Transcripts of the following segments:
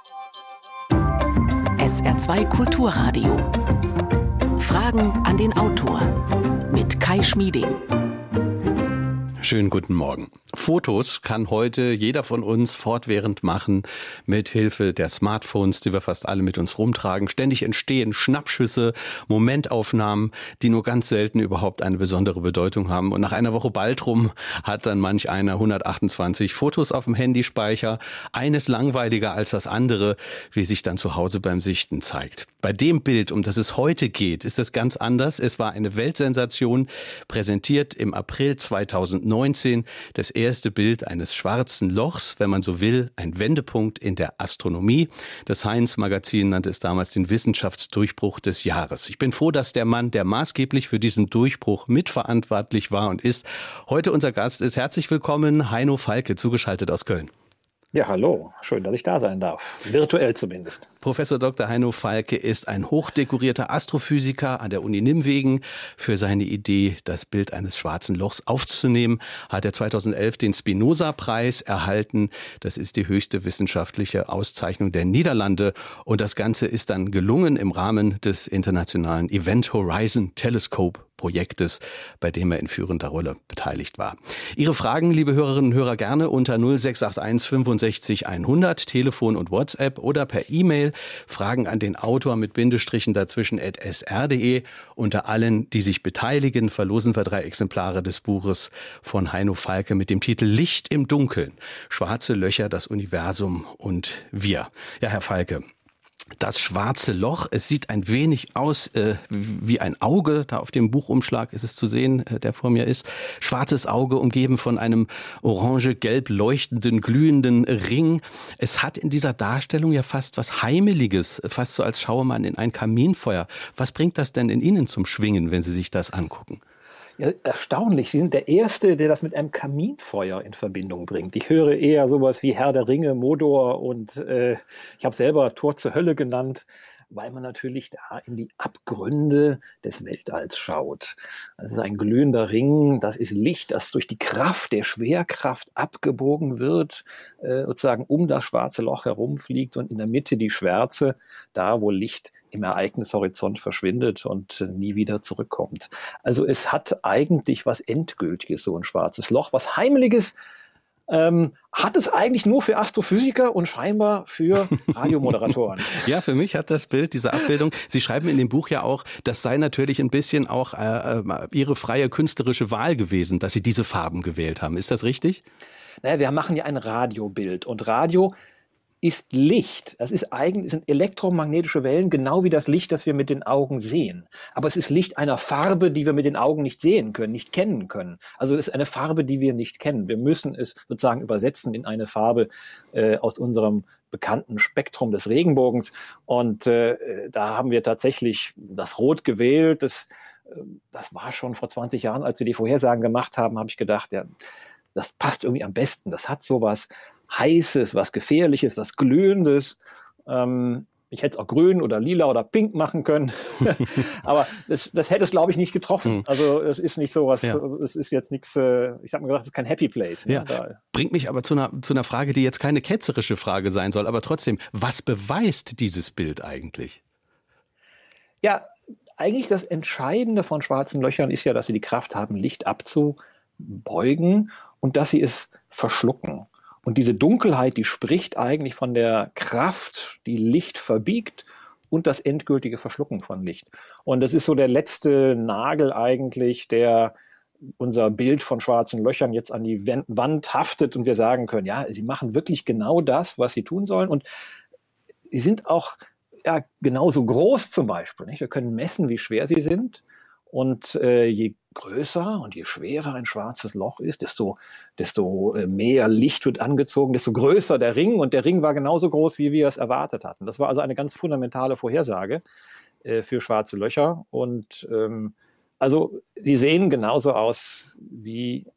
SR2 Kulturradio. Fragen an den Autor mit Kai Schmieding. Schönen guten Morgen. Fotos kann heute jeder von uns fortwährend machen mit Hilfe der Smartphones, die wir fast alle mit uns rumtragen. Ständig entstehen Schnappschüsse, Momentaufnahmen, die nur ganz selten überhaupt eine besondere Bedeutung haben. Und nach einer Woche Baltrum hat dann manch einer 128 Fotos auf dem Handyspeicher, eines langweiliger als das andere, wie sich dann zu Hause beim Sichten zeigt. Bei dem Bild, um das es heute geht, ist es ganz anders. Es war eine Weltsensation, präsentiert im April 2019, das erste Bild eines schwarzen Lochs, wenn man so will, ein Wendepunkt in der Astronomie. Das Science-Magazin nannte es damals den Wissenschaftsdurchbruch des Jahres. Ich bin froh, dass der Mann, der maßgeblich für diesen Durchbruch mitverantwortlich war und ist, heute unser Gast ist. Herzlich willkommen, Heino Falke, zugeschaltet aus Köln. Ja, hallo. Schön, dass ich da sein darf. Virtuell zumindest. Professor Dr. Heino Falke ist ein hochdekorierter Astrophysiker an der Uni Nimwegen. Für seine Idee, das Bild eines schwarzen Lochs aufzunehmen, hat er 2011 den Spinoza-Preis erhalten. Das ist die höchste wissenschaftliche Auszeichnung der Niederlande. Und das Ganze ist dann gelungen im Rahmen des internationalen Event Horizon Telescope Projektes, bei dem er in führender Rolle beteiligt war. Ihre Fragen, liebe Hörerinnen und Hörer, gerne unter 0681 65 100, Telefon und WhatsApp oder per E-Mail. Fragen an den Autor mit Bindestrichen dazwischen @sr.de. Unter allen, die sich beteiligen, verlosen wir 3 Exemplare des Buches von Heino Falke mit dem Titel Licht im Dunkeln. Schwarze Löcher, das Universum und wir. Ja, Herr Falke. Das schwarze Loch, es sieht ein wenig aus wie ein Auge, da auf dem Buchumschlag ist es zu sehen, der vor mir ist. Schwarzes Auge, umgeben von einem orange-gelb leuchtenden, glühenden Ring. Es hat in dieser Darstellung ja fast was Heimeliges, fast so als schaue man in ein Kaminfeuer. Was bringt das denn in Ihnen zum Schwingen, wenn Sie sich das angucken? Ja, erstaunlich. Sie sind der Erste, der das mit einem Kaminfeuer in Verbindung bringt. Ich höre eher sowas wie Herr der Ringe, Modor und ich habe selber Tor zur Hölle genannt, weil man natürlich da in die Abgründe des Weltalls schaut. Das ist ein glühender Ring, das ist Licht, das durch die Kraft der Schwerkraft abgebogen wird, sozusagen um das schwarze Loch herumfliegt und in der Mitte die Schwärze, da wo Licht im Ereignishorizont verschwindet und nie wieder zurückkommt. Also es hat eigentlich was Endgültiges, so ein schwarzes Loch, was Heimeliges. Hat es eigentlich nur für Astrophysiker und scheinbar für Radiomoderatoren. Ja, für mich hat das Bild, diese Abbildung, Sie schreiben in dem Buch ja auch, das sei natürlich ein bisschen auch Ihre freie künstlerische Wahl gewesen, dass Sie diese Farben gewählt haben. Ist das richtig? Naja, wir machen ja ein Radiobild und Radio ist Licht. Das ist eigentlich, sind elektromagnetische Wellen, genau wie das Licht, das wir mit den Augen sehen. Aber es ist Licht einer Farbe, die wir mit den Augen nicht sehen können, nicht kennen können. Also es ist eine Farbe, die wir nicht kennen. Wir müssen es sozusagen übersetzen in eine Farbe aus unserem bekannten Spektrum des Regenbogens. Und da haben wir tatsächlich das Rot gewählt. Das war schon vor 20 Jahren, als wir die Vorhersagen gemacht haben, habe ich gedacht, ja, das passt irgendwie am besten. Das hat sowas Heißes, was Gefährliches, was Glühendes. Ich hätte es auch grün oder lila oder pink machen können. Aber das hätte es, glaube ich, nicht getroffen. Also es ist nicht so was, ja. Es ist jetzt nichts, ich habe mir gedacht, es ist kein Happy Place. Ne? Ja. Bringt mich aber zu einer Frage, die jetzt keine ketzerische Frage sein soll, aber trotzdem, was beweist dieses Bild eigentlich? Ja, eigentlich das Entscheidende von schwarzen Löchern ist ja, dass sie die Kraft haben, Licht abzubeugen und dass sie es verschlucken. Und diese Dunkelheit, die spricht eigentlich von der Kraft, die Licht verbiegt und das endgültige Verschlucken von Licht. Und das ist so der letzte Nagel eigentlich, der unser Bild von schwarzen Löchern jetzt an die Wand haftet und wir sagen können, ja, sie machen wirklich genau das, was sie tun sollen. Und sie sind auch ja, genauso groß zum Beispiel. Nicht? Wir können messen, wie schwer sie sind. Und je größer und je schwerer ein schwarzes Loch ist, desto mehr Licht wird angezogen, desto größer der Ring. Und der Ring war genauso groß, wie wir es erwartet hatten. Das war also eine ganz fundamentale Vorhersage für schwarze Löcher. Und also sie sehen genauso aus, wie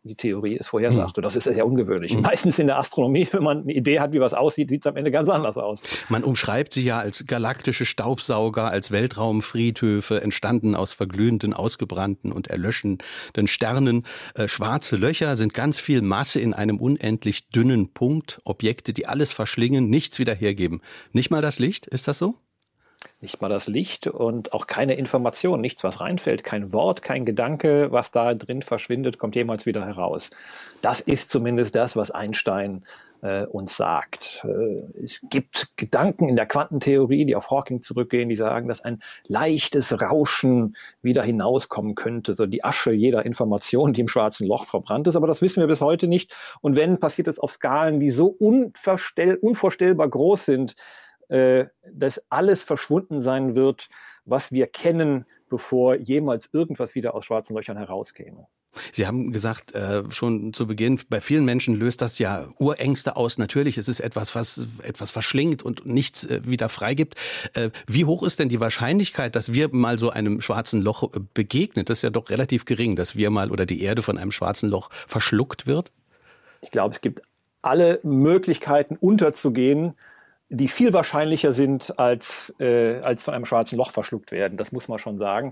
die Theorie es vorhersagt. Und das ist sehr ungewöhnlich. Meistens in der Astronomie, wenn man eine Idee hat, wie was aussieht, sieht es am Ende ganz anders aus. Man umschreibt sie ja als galaktische Staubsauger, als Weltraumfriedhöfe, entstanden aus verglühenden, ausgebrannten und erlöschenden Sternen. Schwarze Löcher sind ganz viel Masse in einem unendlich dünnen Punkt. Objekte, die alles verschlingen, nichts wieder hergeben. Nicht mal das Licht, ist das so? Nicht mal das Licht und auch keine Information, nichts, was reinfällt, kein Wort, kein Gedanke, was da drin verschwindet, kommt jemals wieder heraus. Das ist zumindest das, was Einstein uns sagt. Es gibt Gedanken in der Quantentheorie, die auf Hawking zurückgehen, die sagen, dass ein leichtes Rauschen wieder hinauskommen könnte, so die Asche jeder Information, die im schwarzen Loch verbrannt ist. Aber das wissen wir bis heute nicht. Und wenn, passiert es auf Skalen, die so unvorstellbar groß sind, dass alles verschwunden sein wird, was wir kennen, bevor jemals irgendwas wieder aus schwarzen Löchern herauskäme. Sie haben gesagt, schon zu Beginn, bei vielen Menschen löst das ja Urängste aus. Natürlich ist es etwas, was etwas verschlingt und nichts wieder freigibt. Wie hoch ist denn die Wahrscheinlichkeit, dass wir mal so einem schwarzen Loch begegnen? Das ist ja doch relativ gering, dass wir mal oder die Erde von einem schwarzen Loch verschluckt wird. Ich glaube, es gibt alle Möglichkeiten unterzugehen, die viel wahrscheinlicher sind, als von einem schwarzen Loch verschluckt werden. Das muss man schon sagen.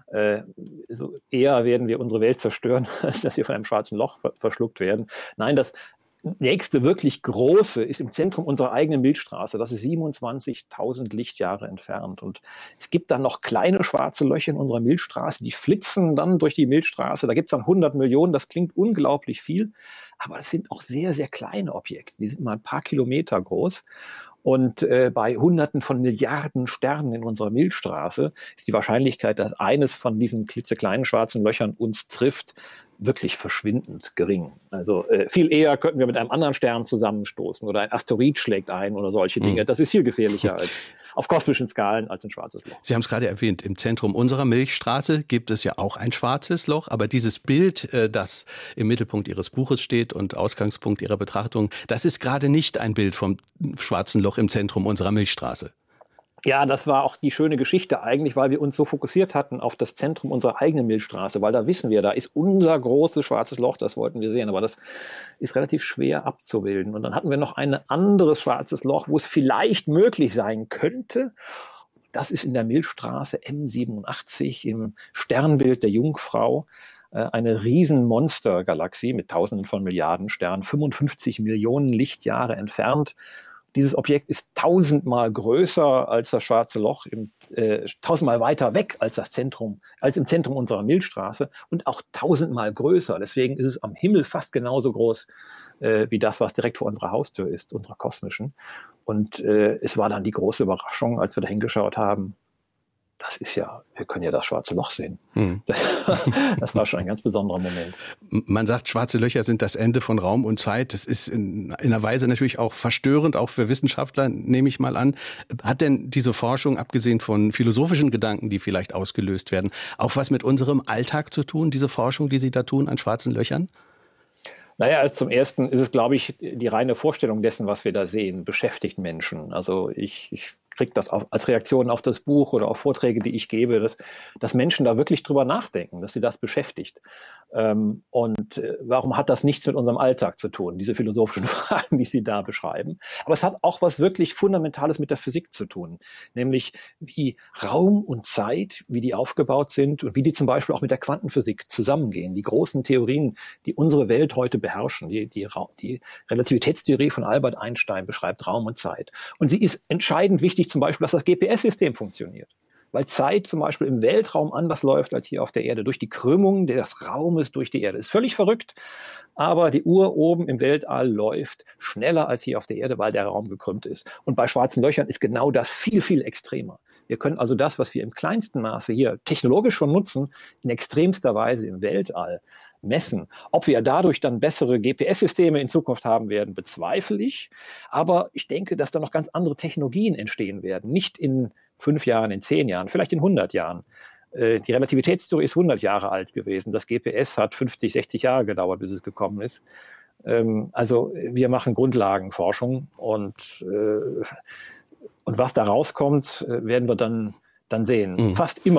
So eher werden wir unsere Welt zerstören, als dass wir von einem schwarzen Loch verschluckt werden. Nein, das nächste wirklich große ist im Zentrum unserer eigenen Milchstraße. Das ist 27.000 Lichtjahre entfernt. Und es gibt dann noch kleine schwarze Löcher in unserer Milchstraße, die flitzen dann durch die Milchstraße. Da gibt es dann 100 Millionen. Das klingt unglaublich viel. Aber das sind auch sehr, sehr kleine Objekte. Die sind mal ein paar Kilometer groß. Und bei Hunderten von Milliarden Sternen in unserer Milchstraße ist die Wahrscheinlichkeit, dass eines von diesen klitzekleinen schwarzen Löchern uns trifft, wirklich verschwindend gering. Also viel eher könnten wir mit einem anderen Stern zusammenstoßen oder ein Asteroid schlägt ein oder solche Dinge. Das ist viel gefährlicher als auf kosmischen Skalen als ein schwarzes Loch. Sie haben es gerade erwähnt, im Zentrum unserer Milchstraße gibt es ja auch ein schwarzes Loch, aber dieses Bild, das im Mittelpunkt Ihres Buches steht und Ausgangspunkt Ihrer Betrachtung, das ist gerade nicht ein Bild vom schwarzen Loch im Zentrum unserer Milchstraße. Ja, das war auch die schöne Geschichte eigentlich, weil wir uns so fokussiert hatten auf das Zentrum unserer eigenen Milchstraße, weil da wissen wir, da ist unser großes schwarzes Loch, das wollten wir sehen, aber das ist relativ schwer abzubilden. Und dann hatten wir noch ein anderes schwarzes Loch, wo es vielleicht möglich sein könnte. Das ist in der Milchstraße M87 im Sternbild der Jungfrau. Eine riesen Monstergalaxie mit Tausenden von Milliarden Sternen, 55 Millionen Lichtjahre entfernt. Dieses Objekt ist 1000-mal größer als das schwarze Loch, 1000-mal weiter weg als im Zentrum unserer Milchstraße und auch 1000-mal größer. Deswegen ist es am Himmel fast genauso groß wie das, was direkt vor unserer Haustür ist, unserer kosmischen. Und es war dann die große Überraschung, als wir da hingeschaut haben. Wir können ja das schwarze Loch sehen. Das war schon ein ganz besonderer Moment. Man sagt, schwarze Löcher sind das Ende von Raum und Zeit. Das ist in einer Weise natürlich auch verstörend, auch für Wissenschaftler, nehme ich mal an. Hat denn diese Forschung, abgesehen von philosophischen Gedanken, die vielleicht ausgelöst werden, auch was mit unserem Alltag zu tun, diese Forschung, die Sie da tun an schwarzen Löchern? Naja, zum Ersten ist es, glaube ich, die reine Vorstellung dessen, was wir da sehen, beschäftigt Menschen. Also ich kriege das als Reaktion auf das Buch oder auf Vorträge, die ich gebe, dass Menschen da wirklich drüber nachdenken, dass sie das beschäftigt. Und warum hat das nichts mit unserem Alltag zu tun, diese philosophischen Fragen, die Sie da beschreiben? Aber es hat auch was wirklich Fundamentales mit der Physik zu tun, nämlich wie Raum und Zeit, wie die aufgebaut sind und wie die zum Beispiel auch mit der Quantenphysik zusammengehen. Die großen Theorien, die unsere Welt heute beherrschen, die Relativitätstheorie von Albert Einstein beschreibt Raum und Zeit. Und sie ist entscheidend wichtig, zum Beispiel, dass das GPS-System funktioniert. Weil Zeit zum Beispiel im Weltraum anders läuft als hier auf der Erde, durch die Krümmung des Raumes durch die Erde. Ist völlig verrückt, aber die Uhr oben im Weltall läuft schneller als hier auf der Erde, weil der Raum gekrümmt ist. Und bei schwarzen Löchern ist genau das viel, viel extremer. Wir können also das, was wir im kleinsten Maße hier technologisch schon nutzen, in extremster Weise im Weltall messen. Ob wir dadurch dann bessere GPS-Systeme in Zukunft haben werden, bezweifle ich. Aber ich denke, dass da noch ganz andere Technologien entstehen werden. Nicht in 5 Jahren, in 10 Jahren, vielleicht in 100 Jahren. Die Relativitätstheorie ist 100 Jahre alt gewesen. Das GPS hat 50, 60 Jahre gedauert, bis es gekommen ist. Also wir machen Grundlagenforschung und was da rauskommt, werden wir dann sehen. Fast immer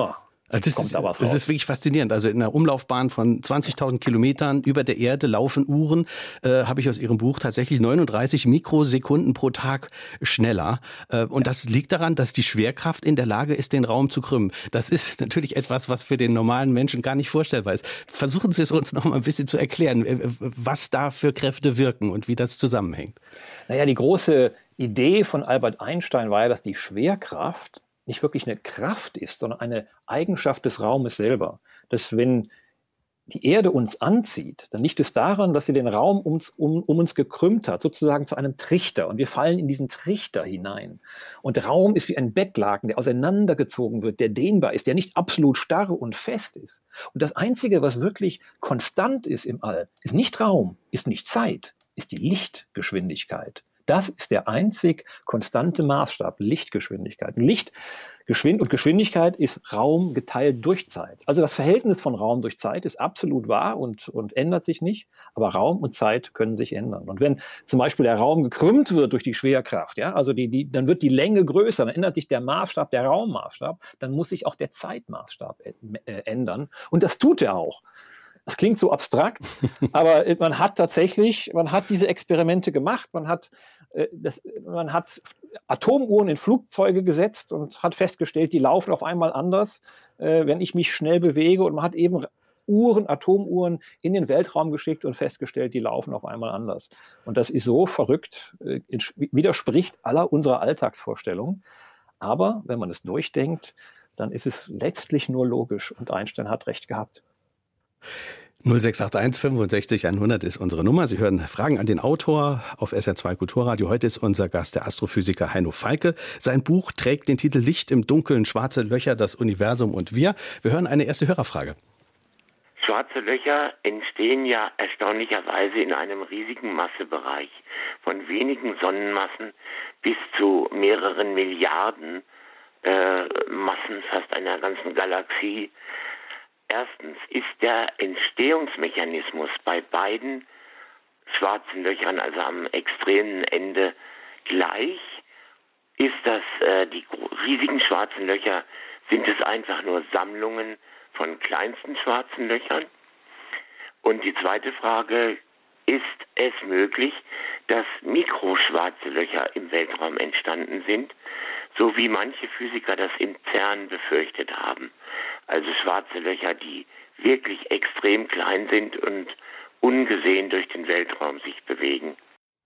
Das ist wirklich faszinierend. Also in einer Umlaufbahn von 20.000 Kilometern über der Erde laufen Uhren, habe ich aus Ihrem Buch, tatsächlich 39 Mikrosekunden pro Tag schneller. Und das liegt daran, dass die Schwerkraft in der Lage ist, den Raum zu krümmen. Das ist natürlich etwas, was für den normalen Menschen gar nicht vorstellbar ist. Versuchen Sie es uns noch mal ein bisschen zu erklären, was da für Kräfte wirken und wie das zusammenhängt. Naja, die große Idee von Albert Einstein war ja, dass die Schwerkraft nicht wirklich eine Kraft ist, sondern eine Eigenschaft des Raumes selber. Dass wenn die Erde uns anzieht, dann liegt es daran, dass sie den Raum um uns gekrümmt hat, sozusagen zu einem Trichter. Und wir fallen in diesen Trichter hinein. Und Raum ist wie ein Bettlaken, der auseinandergezogen wird, der dehnbar ist, der nicht absolut starr und fest ist. Und das Einzige, was wirklich konstant ist im All, ist nicht Raum, ist nicht Zeit, ist die Lichtgeschwindigkeit. Das ist der einzig konstante Maßstab, Lichtgeschwindigkeit. Und Geschwindigkeit ist Raum geteilt durch Zeit. Also das Verhältnis von Raum durch Zeit ist absolut wahr und ändert sich nicht, aber Raum und Zeit können sich ändern. Und wenn zum Beispiel der Raum gekrümmt wird durch die Schwerkraft, ja, also dann wird die Länge größer, dann ändert sich der Maßstab, der Raummaßstab, dann muss sich auch der Zeitmaßstab ändern. Und das tut er auch. Das klingt so abstrakt, aber man hat diese Experimente gemacht, man hat Atomuhren in Flugzeuge gesetzt und hat festgestellt, die laufen auf einmal anders, wenn ich mich schnell bewege, und man hat eben Atomuhren in den Weltraum geschickt und festgestellt, die laufen auf einmal anders. Und das ist so verrückt, widerspricht aller unserer Alltagsvorstellungen. Aber wenn man es durchdenkt, dann ist es letztlich nur logisch, und Einstein hat recht gehabt. 0681 65 100 ist unsere Nummer. Sie hören Fragen an den Autor auf SR2 Kulturradio. Heute ist unser Gast der Astrophysiker Heino Falke. Sein Buch trägt den Titel Licht im Dunkeln, schwarze Löcher, das Universum und wir. Wir hören eine erste Hörerfrage. Schwarze Löcher entstehen ja erstaunlicherweise in einem riesigen Massebereich von wenigen Sonnenmassen bis zu mehreren Milliarden Massen fast einer ganzen Galaxie. Erstens, ist der Entstehungsmechanismus bei beiden schwarzen Löchern, also am extremen Ende, gleich? Ist das die riesigen schwarzen Löcher, sind es einfach nur Sammlungen von kleinsten schwarzen Löchern? Und die zweite Frage, ist es möglich, dass mikroschwarze Löcher im Weltraum entstanden sind, so wie manche Physiker das im CERN befürchtet haben? Also schwarze Löcher, die wirklich extrem klein sind und ungesehen durch den Weltraum sich bewegen.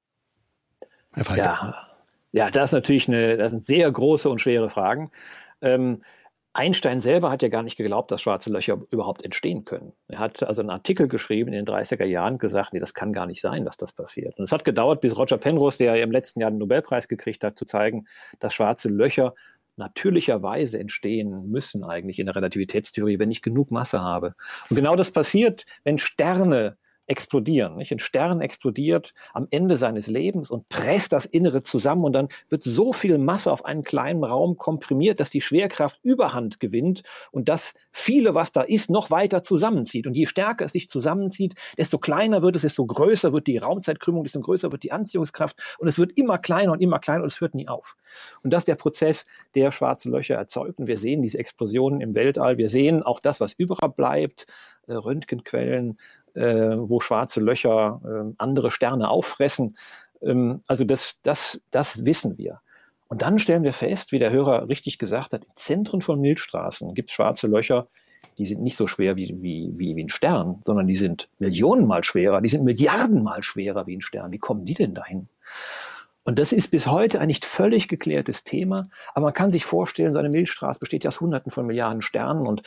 Herr Falke. Ja, das sind sehr große und schwere Fragen. Einstein selber hat ja gar nicht geglaubt, dass schwarze Löcher überhaupt entstehen können. Er hat also einen Artikel geschrieben in den 30er Jahren, gesagt, nee, das kann gar nicht sein, dass das passiert. Und es hat gedauert, bis Roger Penrose, der ja im letzten Jahr den Nobelpreis gekriegt hat, zu zeigen, dass schwarze Löcher natürlicherweise entstehen müssen eigentlich in der Relativitätstheorie, wenn ich genug Masse habe. Und genau das passiert, wenn Sterne explodieren. Nicht? Ein Stern explodiert am Ende seines Lebens und presst das Innere zusammen, und dann wird so viel Masse auf einen kleinen Raum komprimiert, dass die Schwerkraft Überhand gewinnt und das viele, was da ist, noch weiter zusammenzieht. Und je stärker es sich zusammenzieht, desto kleiner wird es, desto größer wird die Raumzeitkrümmung, desto größer wird die Anziehungskraft, und es wird immer kleiner und es hört nie auf. Und das ist der Prozess, der schwarze Löcher erzeugt. Und wir sehen diese Explosionen im Weltall, wir sehen auch das, was überbleibt, Röntgenquellen, wo schwarze Löcher andere Sterne auffressen. Also das wissen wir. Und dann stellen wir fest, wie der Hörer richtig gesagt hat, im Zentrum von Milchstraßen gibt es schwarze Löcher, die sind nicht so schwer wie ein Stern, sondern die sind Millionenmal schwerer, die sind Milliardenmal schwerer wie ein Stern. Wie kommen die denn dahin? Und das ist bis heute ein nicht völlig geklärtes Thema, aber man kann sich vorstellen, so eine Milchstraße besteht ja aus Hunderten von Milliarden Sternen, und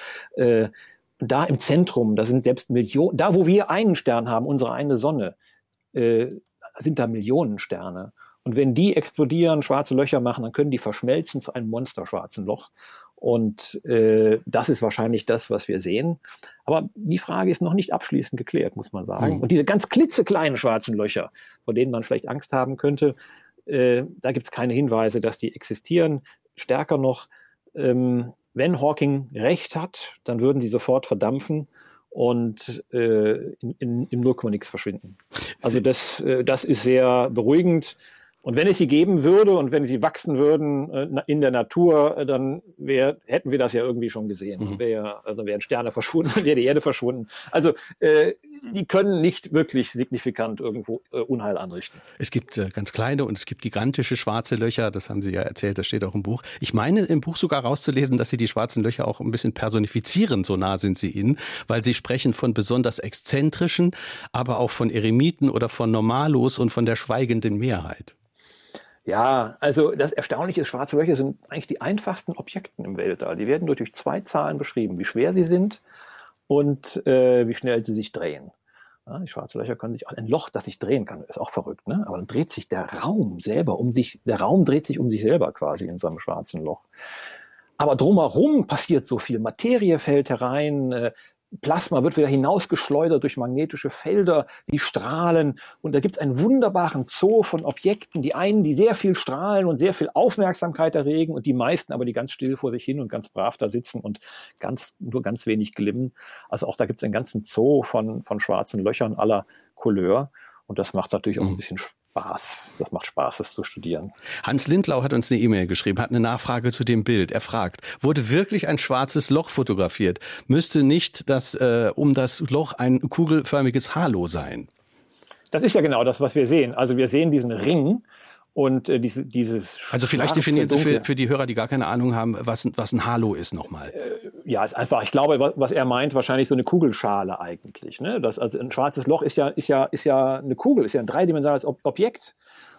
da im Zentrum, da sind selbst Millionen, da wo wir einen Stern haben, unsere eine Sonne, sind da Millionen Sterne. Und wenn die explodieren, schwarze Löcher machen, dann können die verschmelzen zu einem monsterschwarzen Loch. Und das ist wahrscheinlich das, was wir sehen. Aber die Frage ist noch nicht abschließend geklärt, muss man sagen. Und diese ganz klitzekleinen schwarzen Löcher, vor denen man vielleicht Angst haben könnte, da gibt es keine Hinweise, dass die existieren. Stärker noch, wenn Hawking recht hat, dann würden sie sofort verdampfen und im Nullkomma nix verschwinden. Also das ist sehr beruhigend. Und wenn es sie geben würde und wenn sie wachsen würden in der Natur, dann hätten wir das ja irgendwie schon gesehen. Wären Sterne verschwunden, wäre die Erde verschwunden. Also die können nicht wirklich signifikant irgendwo Unheil anrichten. Es gibt ganz kleine und es gibt gigantische schwarze Löcher, das haben Sie ja erzählt, das steht auch im Buch. Ich meine im Buch sogar rauszulesen, dass Sie die schwarzen Löcher auch ein bisschen personifizieren, so nah sind sie Ihnen, weil Sie sprechen von besonders exzentrischen, aber auch von Eremiten oder von Normalos und von der schweigenden Mehrheit. Ja, also das Erstaunliche ist, schwarze Löcher sind eigentlich die einfachsten Objekte im Weltall. Die werden durch 2 Zahlen beschrieben, wie schwer sie sind und wie schnell sie sich drehen. Ja, die schwarzen Löcher können sich, ein Loch, das sich drehen kann, ist auch verrückt, ne? Aber dann dreht sich der Raum selber der Raum dreht sich um sich selber quasi in so einem schwarzen Loch. Aber drumherum passiert so viel. Materie fällt herein, Plasma wird wieder hinausgeschleudert durch magnetische Felder, die strahlen. Und da gibt es einen wunderbaren Zoo von Objekten. Die einen, die sehr viel strahlen und sehr viel Aufmerksamkeit erregen und die meisten aber, die ganz still vor sich hin und ganz brav da sitzen und nur ganz wenig glimmen. Also auch da gibt es einen ganzen Zoo von schwarzen Löchern aller Couleur. Und das macht natürlich auch ein bisschen Spaß. Das macht Spaß, es zu studieren. Hans Lindlau hat uns eine E-Mail geschrieben, hat eine Nachfrage zu dem Bild. Er fragt, wurde wirklich ein schwarzes Loch fotografiert? Müsste nicht um das Loch ein kugelförmiges Halo sein? Das ist ja genau das, was wir sehen. Also wir sehen diesen Ring und dieses Also vielleicht definieren Sie für die Hörer, die gar keine Ahnung haben, was ein Halo ist nochmal. Ja, ist einfach, ich glaube, was er meint, wahrscheinlich so eine Kugelschale eigentlich. Ne? Also ein schwarzes Loch ist ja eine Kugel, ist ja ein dreidimensionales Objekt.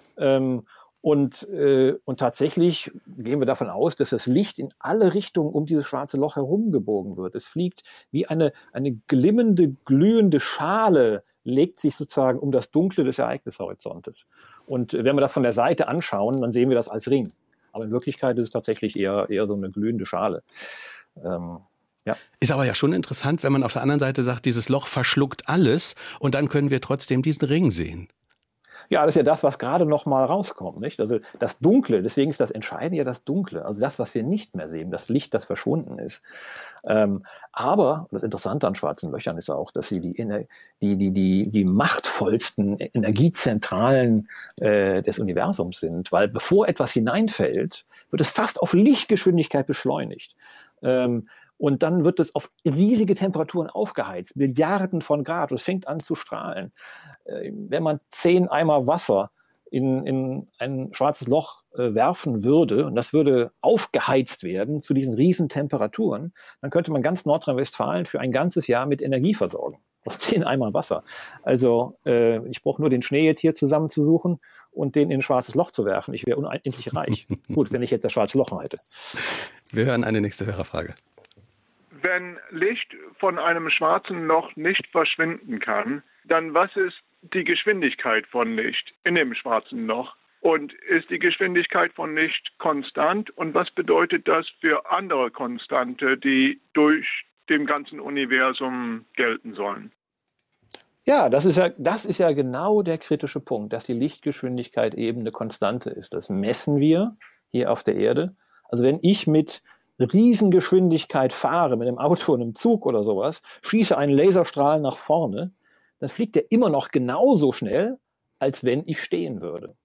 Und tatsächlich gehen wir davon aus, dass das Licht in alle Richtungen um dieses schwarze Loch herum gebogen wird. Es fliegt wie eine glimmende, glühende Schale, legt sich sozusagen um das Dunkle des Ereignishorizontes. Und wenn wir das von der Seite anschauen, dann sehen wir das als Ring. Aber in Wirklichkeit ist es tatsächlich eher so eine glühende Schale. Ja. Ist aber ja schon interessant, wenn man auf der anderen Seite sagt, dieses Loch verschluckt alles und dann können wir trotzdem diesen Ring sehen. Ja, das ist ja das, was gerade noch mal rauskommt, nicht? Also das Dunkle, deswegen ist das Entscheidende ja das Dunkle, also das, was wir nicht mehr sehen, das Licht, das verschwunden ist. Aber das Interessante an schwarzen Löchern ist auch, dass sie die machtvollsten Energiezentralen des Universums sind, weil bevor etwas hineinfällt, wird es fast auf Lichtgeschwindigkeit beschleunigt. Und dann wird es auf riesige Temperaturen aufgeheizt, Milliarden von Grad, und es fängt an zu strahlen. Wenn man 10 Eimer Wasser in ein schwarzes Loch werfen würde, und das würde aufgeheizt werden zu diesen riesen Temperaturen, dann könnte man ganz Nordrhein-Westfalen für ein ganzes Jahr mit Energie versorgen. Aus 10 Eimer Wasser. Also ich brauche nur den Schnee jetzt hier zusammenzusuchen und den in ein schwarzes Loch zu werfen. Ich wäre unendlich reich. Gut, wenn ich jetzt das schwarze Loch hätte. Wir hören eine nächste Hörerfrage. Wenn Licht von einem schwarzen Loch nicht verschwinden kann, dann was ist die Geschwindigkeit von Licht in dem schwarzen Loch? Und ist die Geschwindigkeit von Licht konstant? Und was bedeutet das für andere Konstante, die durch dem ganzen Universum gelten sollen? Ja, das ist ja genau der kritische Punkt, dass die Lichtgeschwindigkeit eben eine Konstante ist. Das messen wir hier auf der Erde. Also wenn ich mit Riesengeschwindigkeit fahre, mit einem Auto, einem Zug oder sowas, schieße einen Laserstrahl nach vorne, dann fliegt der immer noch genauso schnell, als wenn ich stehen würde.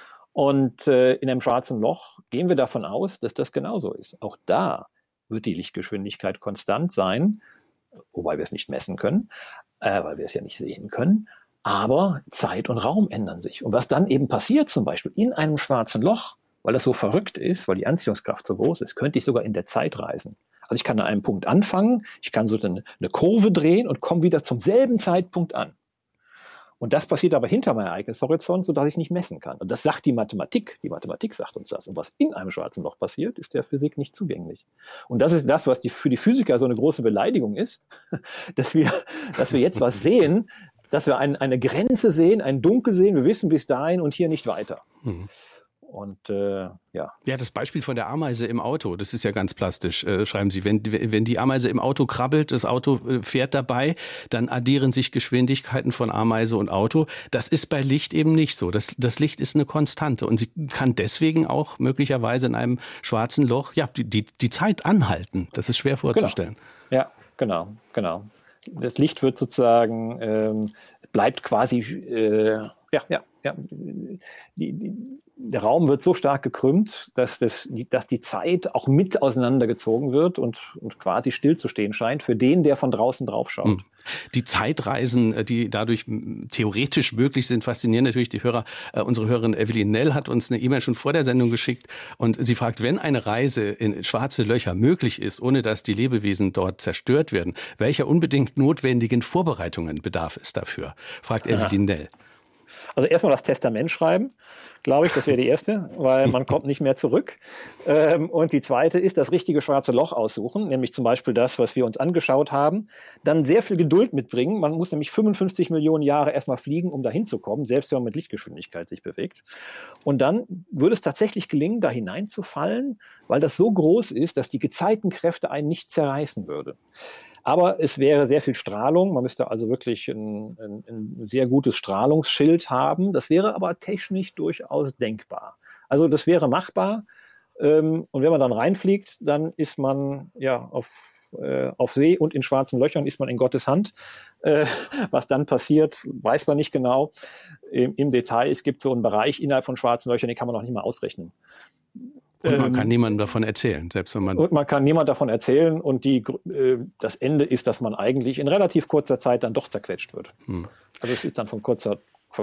Und in einem schwarzen Loch gehen wir davon aus, dass das genauso ist. Auch da wird die Lichtgeschwindigkeit konstant sein, wobei wir es nicht messen können, weil wir es ja nicht sehen können. Aber Zeit und Raum ändern sich. Und was dann eben passiert, zum Beispiel in einem schwarzen Loch, weil das so verrückt ist, weil die Anziehungskraft so groß ist, könnte ich sogar in der Zeit reisen. Also ich kann an einem Punkt anfangen, ich kann so eine Kurve drehen und komme wieder zum selben Zeitpunkt an. Und das passiert aber hinter meinem Ereignishorizont, sodass ich es nicht messen kann. Und das sagt die Mathematik. Die Mathematik sagt uns das. Und was in einem schwarzen Loch passiert, ist der Physik nicht zugänglich. Und das ist das, was für die Physiker so eine große Beleidigung ist, dass wir jetzt was sehen, dass wir eine Grenze sehen, ein Dunkel sehen, wir wissen bis dahin und hier nicht weiter. Und ja. Ja, das Beispiel von der Ameise im Auto, das ist ja ganz plastisch, schreiben Sie. Wenn die Ameise im Auto krabbelt, das Auto fährt dabei, dann addieren sich Geschwindigkeiten von Ameise und Auto. Das ist bei Licht eben nicht so. Das Licht ist eine Konstante und sie kann deswegen auch möglicherweise in einem schwarzen Loch die Zeit anhalten. Das ist schwer vorzustellen. Genau. Ja, genau. Das Licht wird sozusagen, bleibt quasi, der Raum wird so stark gekrümmt, dass die Zeit auch mit auseinandergezogen wird und quasi stillzustehen scheint für den, der von draußen drauf schaut. Die Zeitreisen, die dadurch theoretisch möglich sind, faszinieren natürlich die Hörer. Unsere Hörerin Evelyn Nell hat uns eine E-Mail schon vor der Sendung geschickt und sie fragt, wenn eine Reise in schwarze Löcher möglich ist, ohne dass die Lebewesen dort zerstört werden, welcher unbedingt notwendigen Vorbereitungen bedarf es dafür? Fragt Evelyn Nell. Also erstmal das Testament schreiben, glaube ich, das wäre die erste, weil man kommt nicht mehr zurück. Und die zweite ist das richtige schwarze Loch aussuchen, nämlich zum Beispiel das, was wir uns angeschaut haben. Dann sehr viel Geduld mitbringen. Man muss nämlich 55 Millionen Jahre erstmal fliegen, um da hinzukommen, selbst wenn man mit Lichtgeschwindigkeit sich bewegt. Und dann würde es tatsächlich gelingen, da hineinzufallen, weil das so groß ist, dass die Gezeitenkräfte einen nicht zerreißen würde. Aber es wäre sehr viel Strahlung. Man müsste also wirklich ein sehr gutes Strahlungsschild haben. Das wäre aber technisch durchaus denkbar. Also das wäre machbar. Und wenn man dann reinfliegt, dann ist man ja auf See und in schwarzen Löchern ist man in Gottes Hand. Was dann passiert, weiß man nicht genau im Detail. Es gibt so einen Bereich innerhalb von schwarzen Löchern, den kann man noch nicht mal ausrechnen. Und man kann niemandem davon erzählen, selbst wenn man... Und man kann niemand davon erzählen und das Ende ist, dass man eigentlich in relativ kurzer Zeit dann doch zerquetscht wird. Also es ist dann von kurzer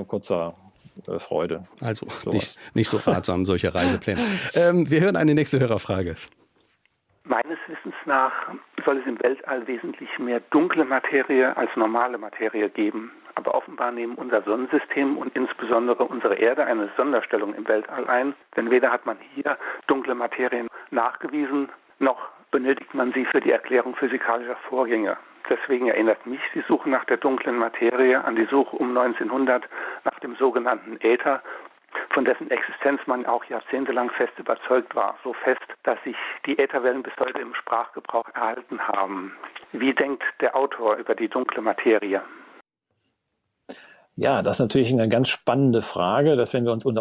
Freude. Also nicht so ratsam, solche Reisepläne. Wir hören eine nächste Hörerfrage. Meines Wissens nach soll es im Weltall wesentlich mehr dunkle Materie als normale Materie geben. Aber offenbar nehmen unser Sonnensystem und insbesondere unsere Erde eine Sonderstellung im Weltall ein. Denn weder hat man hier dunkle Materien nachgewiesen, noch benötigt man sie für die Erklärung physikalischer Vorgänge. Deswegen erinnert mich die Suche nach der dunklen Materie an die Suche um 1900 nach dem sogenannten Äther, von dessen Existenz man auch jahrzehntelang fest überzeugt war. So fest, dass sich die Ätherwellen bis heute im Sprachgebrauch erhalten haben. Wie denkt der Autor über die dunkle Materie? Ja, das ist natürlich eine ganz spannende Frage, dass wenn wir uns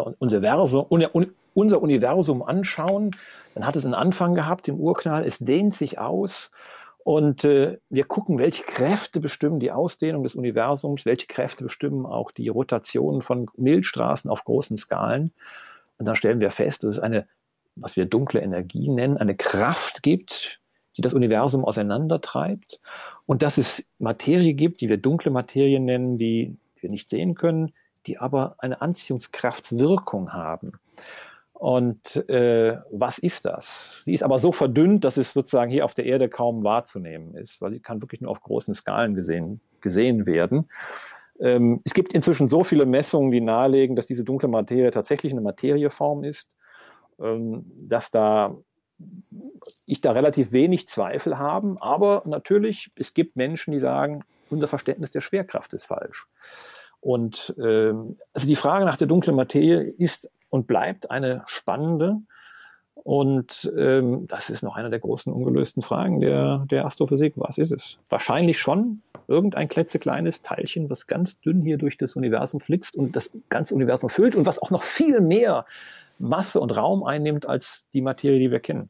unser Universum anschauen, dann hat es einen Anfang gehabt im Urknall, es dehnt sich aus und wir gucken, welche Kräfte bestimmen die Ausdehnung des Universums, welche Kräfte bestimmen auch die Rotation von Milchstraßen auf großen Skalen. Und dann stellen wir fest, dass es eine, was wir dunkle Energie nennen, eine Kraft gibt, die das Universum auseinandertreibt und dass es Materie gibt, die wir dunkle Materie nennen, die wir nicht sehen können, die aber eine Anziehungskraftswirkung haben. Und was ist das? Sie ist aber so verdünnt, dass es sozusagen hier auf der Erde kaum wahrzunehmen ist, weil sie kann wirklich nur auf großen Skalen gesehen werden. Es gibt inzwischen so viele Messungen, die nahelegen, dass diese dunkle Materie tatsächlich eine Materieform ist, dass ich da relativ wenig Zweifel habe. Aber natürlich, es gibt Menschen, die sagen, unser Verständnis der Schwerkraft ist falsch. Und also die Frage nach der dunklen Materie ist und bleibt eine spannende. Und das ist noch eine der großen ungelösten Fragen der Astrophysik. Was ist es? Wahrscheinlich schon irgendein klitzekleines Teilchen, was ganz dünn hier durch das Universum flixt und das ganze Universum füllt und was auch noch viel mehr Masse und Raum einnimmt als die Materie, die wir kennen.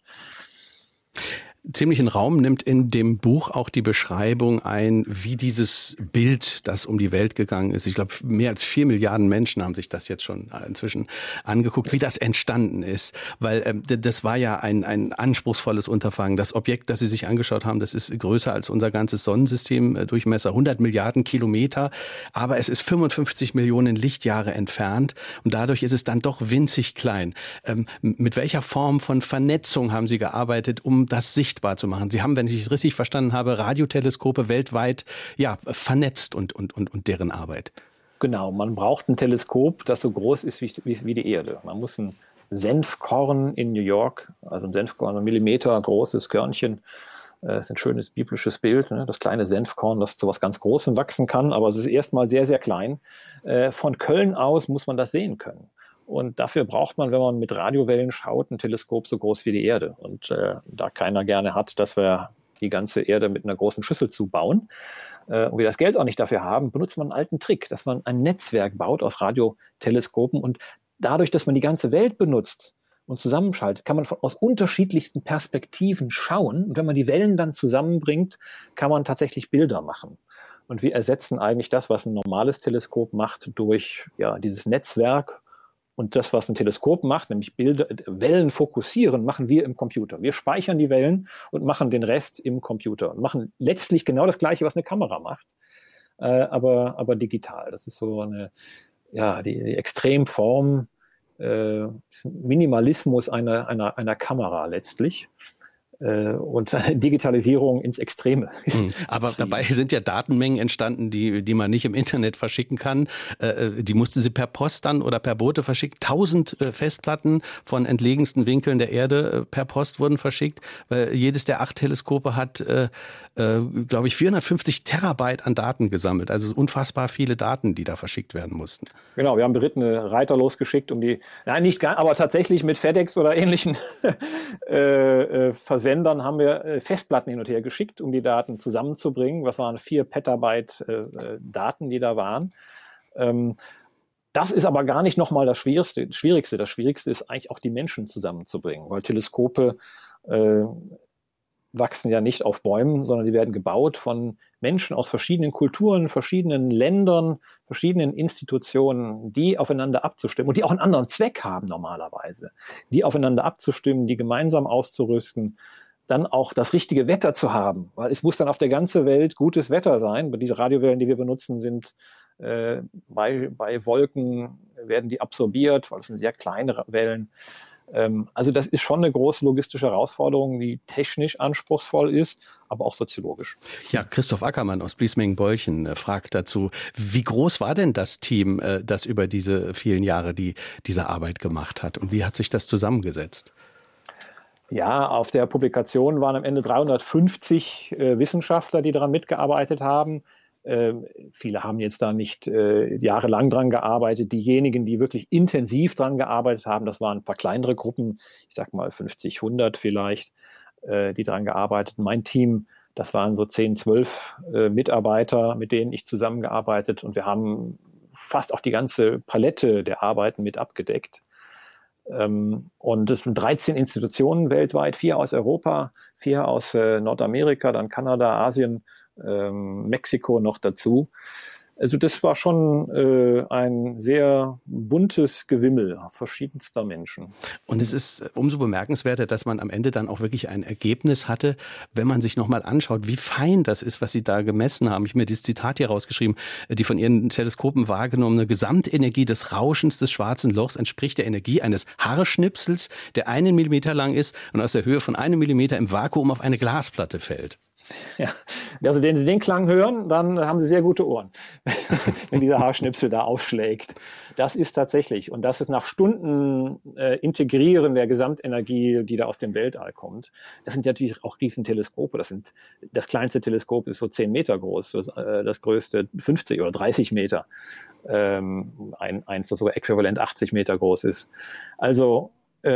Ziemlichen Raum nimmt in dem Buch auch die Beschreibung ein, wie dieses Bild, das um die Welt gegangen ist. Ich glaube, mehr als 4 Milliarden Menschen haben sich das jetzt schon inzwischen angeguckt, wie das entstanden ist. Weil das war ja ein anspruchsvolles Unterfangen. Das Objekt, das Sie sich angeschaut haben, das ist größer als unser ganzes Sonnensystem, Durchmesser 100 Milliarden Kilometer. Aber es ist 55 Millionen Lichtjahre entfernt und dadurch ist es dann doch winzig klein. Mit welcher Form von Vernetzung haben Sie gearbeitet, um das sichtbar zu machen? Sie haben, wenn ich es richtig verstanden habe, Radioteleskope weltweit vernetzt und deren Arbeit. Genau, man braucht ein Teleskop, das so groß ist wie die Erde. Man muss ein Senfkorn in New York, also ein Senfkorn, ein Millimeter großes Körnchen, das ist ein schönes biblisches Bild, ne? Das kleine Senfkorn, das zu was ganz Großem wachsen kann, aber es ist erstmal sehr, sehr klein. Von Köln aus muss man das sehen können. Und dafür braucht man, wenn man mit Radiowellen schaut, ein Teleskop so groß wie die Erde. Und da keiner gerne hat, dass wir die ganze Erde mit einer großen Schüssel zubauen und wir das Geld auch nicht dafür haben, benutzt man einen alten Trick, dass man ein Netzwerk baut aus Radioteleskopen. Und dadurch, dass man die ganze Welt benutzt und zusammenschaltet, kann man aus unterschiedlichsten Perspektiven schauen. Und wenn man die Wellen dann zusammenbringt, kann man tatsächlich Bilder machen. Und wir ersetzen eigentlich das, was ein normales Teleskop macht, durch dieses Netzwerk. Und das, was ein Teleskop macht, nämlich Wellen fokussieren, machen wir im Computer. Wir speichern die Wellen und machen den Rest im Computer und machen letztlich genau das Gleiche, was eine Kamera macht, aber digital. Das ist so die Extremform, Minimalismus einer Kamera letztlich. Und Digitalisierung ins Extreme. Aber dabei sind ja Datenmengen entstanden, die man nicht im Internet verschicken kann. Die mussten sie per Post dann oder per Boote verschickt. 1000 Festplatten von entlegensten Winkeln der Erde per Post wurden verschickt. Jedes der 8 Teleskope hat, glaube ich, 450 Terabyte an Daten gesammelt. Also unfassbar viele Daten, die da verschickt werden mussten. Genau, wir haben berittene Reiter losgeschickt, aber tatsächlich mit FedEx oder ähnlichen Versendern haben wir Festplatten hin und her geschickt, um die Daten zusammenzubringen. Was waren 4 Petabyte Daten, die da waren. Das ist aber gar nicht nochmal das Schwierigste. Das Schwierigste ist eigentlich auch die Menschen zusammenzubringen, weil Teleskope wachsen ja nicht auf Bäumen, sondern die werden gebaut von Menschen aus verschiedenen Kulturen, verschiedenen Ländern, verschiedenen Institutionen, die aufeinander abzustimmen und die auch einen anderen Zweck haben normalerweise, die aufeinander abzustimmen, die gemeinsam auszurüsten, dann auch das richtige Wetter zu haben, weil es muss dann auf der ganzen Welt gutes Wetter sein. Diese Radiowellen, die wir benutzen, sind bei Wolken, werden die absorbiert, weil es sind sehr kleine Wellen. Also das ist schon eine große logistische Herausforderung, die technisch anspruchsvoll ist, aber auch soziologisch. Ja, Christoph Ackermann aus Bliesmingen-Bolchen fragt dazu, wie groß war denn das Team, das über diese vielen Jahre diese Arbeit gemacht hat und wie hat sich das zusammengesetzt? Ja, auf der Publikation waren am Ende 350 Wissenschaftler, die daran mitgearbeitet haben. Viele haben jetzt da nicht jahrelang dran gearbeitet. Diejenigen, die wirklich intensiv dran gearbeitet haben, das waren ein paar kleinere Gruppen, ich sag mal 50, 100 vielleicht, die dran gearbeitet. Mein Team, das waren so 10, 12 Mitarbeiter, mit denen ich zusammengearbeitet und wir haben fast auch die ganze Palette der Arbeiten mit abgedeckt. Und es sind 13 Institutionen weltweit, 4 aus Europa, 4 aus Nordamerika, dann Kanada, Asien, Mexiko noch dazu. Also das war schon ein sehr buntes Gewimmel verschiedenster Menschen. Und es ist umso bemerkenswerter, dass man am Ende dann auch wirklich ein Ergebnis hatte, wenn man sich nochmal anschaut, wie fein das ist, was Sie da gemessen haben. Ich habe mir dieses Zitat hier rausgeschrieben, die von Ihren Teleskopen wahrgenommene Gesamtenergie des Rauschens des Schwarzen Lochs entspricht der Energie eines Haarschnipsels, der 1 Millimeter lang ist und aus der Höhe von 1 Millimeter im Vakuum auf eine Glasplatte fällt. Ja, also wenn Sie den Klang hören, dann haben Sie sehr gute Ohren, wenn dieser Haarschnipsel da aufschlägt. Das ist tatsächlich, und das ist nach Stunden Integrieren der Gesamtenergie, die da aus dem Weltall kommt. Das sind natürlich auch Riesenteleskope. Das kleinste Teleskop ist so 10 Meter groß, das größte 50 oder 30 Meter. Eins, das sogar äquivalent 80 Meter groß ist. Also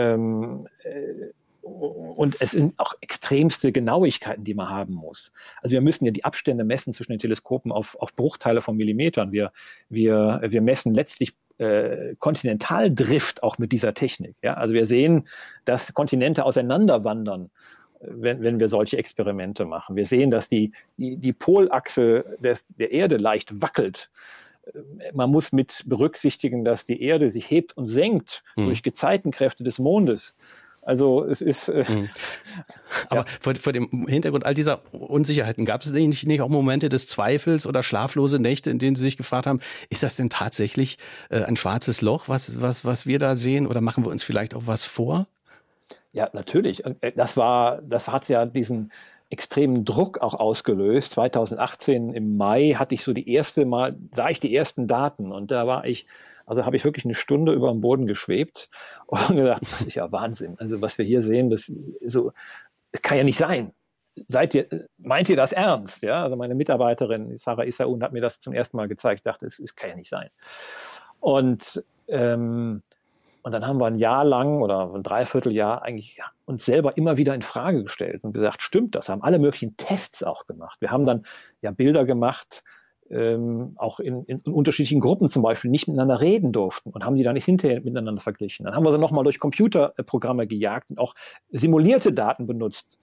und es sind auch extremste Genauigkeiten, die man haben muss. Also wir müssen ja die Abstände messen zwischen den Teleskopen auf Bruchteile von Millimetern. Wir messen letztlich Kontinentaldrift auch mit dieser Technik. Ja? Also wir sehen, dass Kontinente auseinanderwandern, wenn wir solche Experimente machen. Wir sehen, dass die Polachse der Erde leicht wackelt. Man muss mit berücksichtigen, dass die Erde sich hebt und senkt durch Gezeitenkräfte des Mondes. Also es ist... Aber vor dem Hintergrund all dieser Unsicherheiten gab es nicht auch Momente des Zweifels oder schlaflose Nächte, in denen Sie sich gefragt haben, ist das denn tatsächlich ein schwarzes Loch, was wir da sehen, oder machen wir uns vielleicht auch was vor? Ja, natürlich. Das hat ja diesen extremen Druck auch ausgelöst. 2018 im Mai sah ich die ersten Daten und da habe ich wirklich eine Stunde über dem Boden geschwebt und gedacht, das ist ja Wahnsinn. Also was wir hier sehen, das kann ja nicht sein. Meint ihr das ernst? Ja, also meine Mitarbeiterin Sarah Issaoun hat mir das zum ersten Mal gezeigt. Ich dachte, es kann ja nicht sein. Und dann haben wir ein Jahr lang oder ein Dreivierteljahr eigentlich uns selber immer wieder in Frage gestellt und gesagt, stimmt das? Haben alle möglichen Tests auch gemacht. Wir haben dann ja Bilder gemacht, auch in unterschiedlichen Gruppen zum Beispiel nicht miteinander reden durften und haben die dann nicht hinterher miteinander verglichen. Dann haben wir sie nochmal durch Computerprogramme gejagt und auch simulierte Daten benutzt,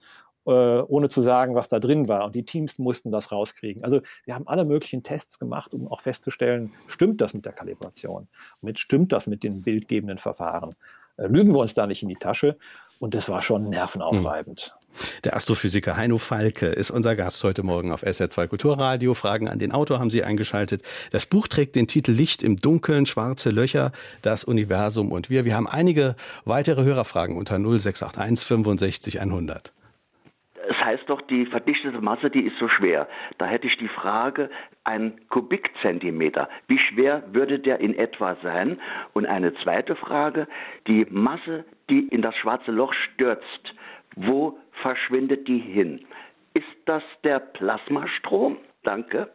ohne zu sagen, was da drin war. Und die Teams mussten das rauskriegen. Also wir haben alle möglichen Tests gemacht, um auch festzustellen, stimmt das mit der Kalibration? Stimmt das mit den bildgebenden Verfahren? Lügen wir uns da nicht in die Tasche? Und das war schon nervenaufreibend. Der Astrophysiker Heino Falke ist unser Gast heute Morgen auf SR2 Kulturradio. Fragen an den Autor haben Sie eingeschaltet. Das Buch trägt den Titel Licht im Dunkeln, schwarze Löcher, das Universum und wir. Wir haben einige weitere Hörerfragen unter 0681 65 100. Es heißt doch, die verdichtete Masse, die ist so schwer. Da hätte ich die Frage, ein Kubikzentimeter, wie schwer würde der in etwa sein? Und eine zweite Frage, die Masse, die in das schwarze Loch stürzt, wo verschwindet die hin? Ist das der Plasmastrom? Danke.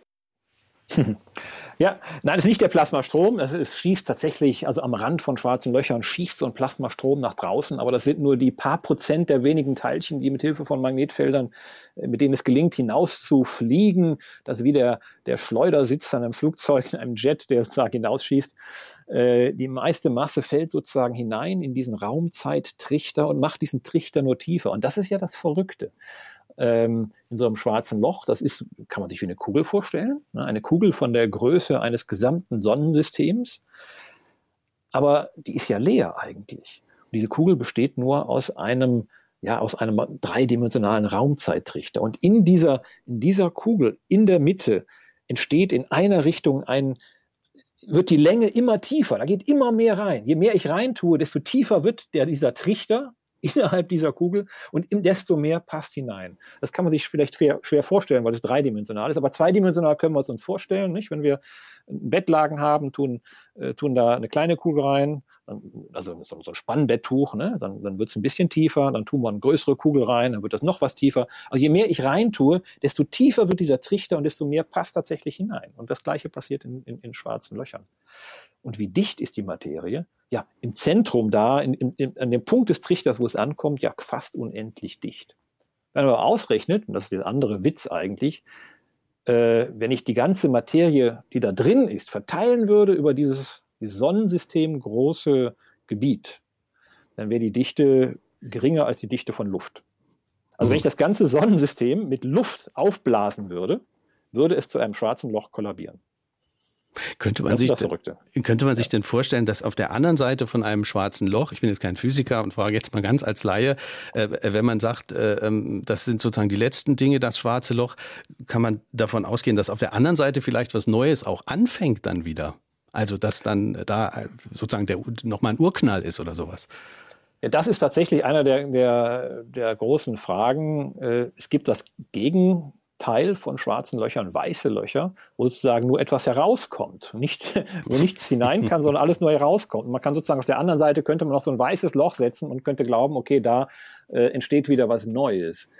Ja, nein, das ist nicht der Plasmastrom. Es schießt tatsächlich, also am Rand von schwarzen Löchern schießt so ein Plasmastrom nach draußen, aber das sind nur die paar Prozent der wenigen Teilchen, die mit Hilfe von Magnetfeldern, mit denen es gelingt, hinaus zu fliegen. Das ist wie der Schleudersitz an einem Flugzeug, in einem Jet, der sozusagen hinausschießt. Die meiste Masse fällt sozusagen hinein in diesen Raumzeittrichter und macht diesen Trichter nur tiefer. Und das ist ja das Verrückte. In so einem schwarzen Loch, das ist, kann man sich wie eine Kugel vorstellen, ne? Eine Kugel von der Größe eines gesamten Sonnensystems, aber die ist ja leer eigentlich. Und diese Kugel besteht nur aus einem dreidimensionalen Raumzeittrichter. Und in dieser Kugel, in der Mitte, entsteht in einer Richtung wird die Länge immer tiefer, da geht immer mehr rein. Je mehr ich rein tue, desto tiefer wird dieser Trichter innerhalb dieser Kugel und desto mehr passt hinein. Das kann man sich vielleicht schwer vorstellen, weil es dreidimensional ist, aber zweidimensional können wir es uns vorstellen, nicht? Wenn wir ein Bettlaken haben, tun da eine kleine Kugel rein, also so ein Spannbetttuch, ne? Dann wird es ein bisschen tiefer, dann tun wir eine größere Kugel rein, dann wird das noch was tiefer. Also je mehr ich rein tue, desto tiefer wird dieser Trichter und desto mehr passt tatsächlich hinein. Und das Gleiche passiert in schwarzen Löchern. Und wie dicht ist die Materie? Ja, im Zentrum da, an dem Punkt des Trichters, wo es ankommt, ja fast unendlich dicht. Wenn man aber ausrechnet, und das ist der andere Witz eigentlich, wenn ich die ganze Materie, die da drin ist, verteilen würde über dieses Sonnensystem große Gebiet, dann wäre die Dichte geringer als die Dichte von Luft. Also wenn ich das ganze Sonnensystem mit Luft aufblasen würde, würde es zu einem schwarzen Loch kollabieren. Könnte man sich denn vorstellen, dass auf der anderen Seite von einem schwarzen Loch, ich bin jetzt kein Physiker und frage jetzt mal ganz als Laie, wenn man sagt, das sind sozusagen die letzten Dinge, das schwarze Loch, kann man davon ausgehen, dass auf der anderen Seite vielleicht was Neues auch anfängt dann wieder? Also dass dann da sozusagen nochmal ein Urknall ist oder sowas? Ja, das ist tatsächlich einer der großen Fragen. Es gibt das Gegenteil von schwarzen Löchern, weiße Löcher, wo sozusagen nur etwas herauskommt. Wo nichts hinein kann, sondern alles nur herauskommt. Und man kann sozusagen auf der anderen Seite, könnte man noch so ein weißes Loch setzen und könnte glauben, okay, da entsteht wieder was Neues.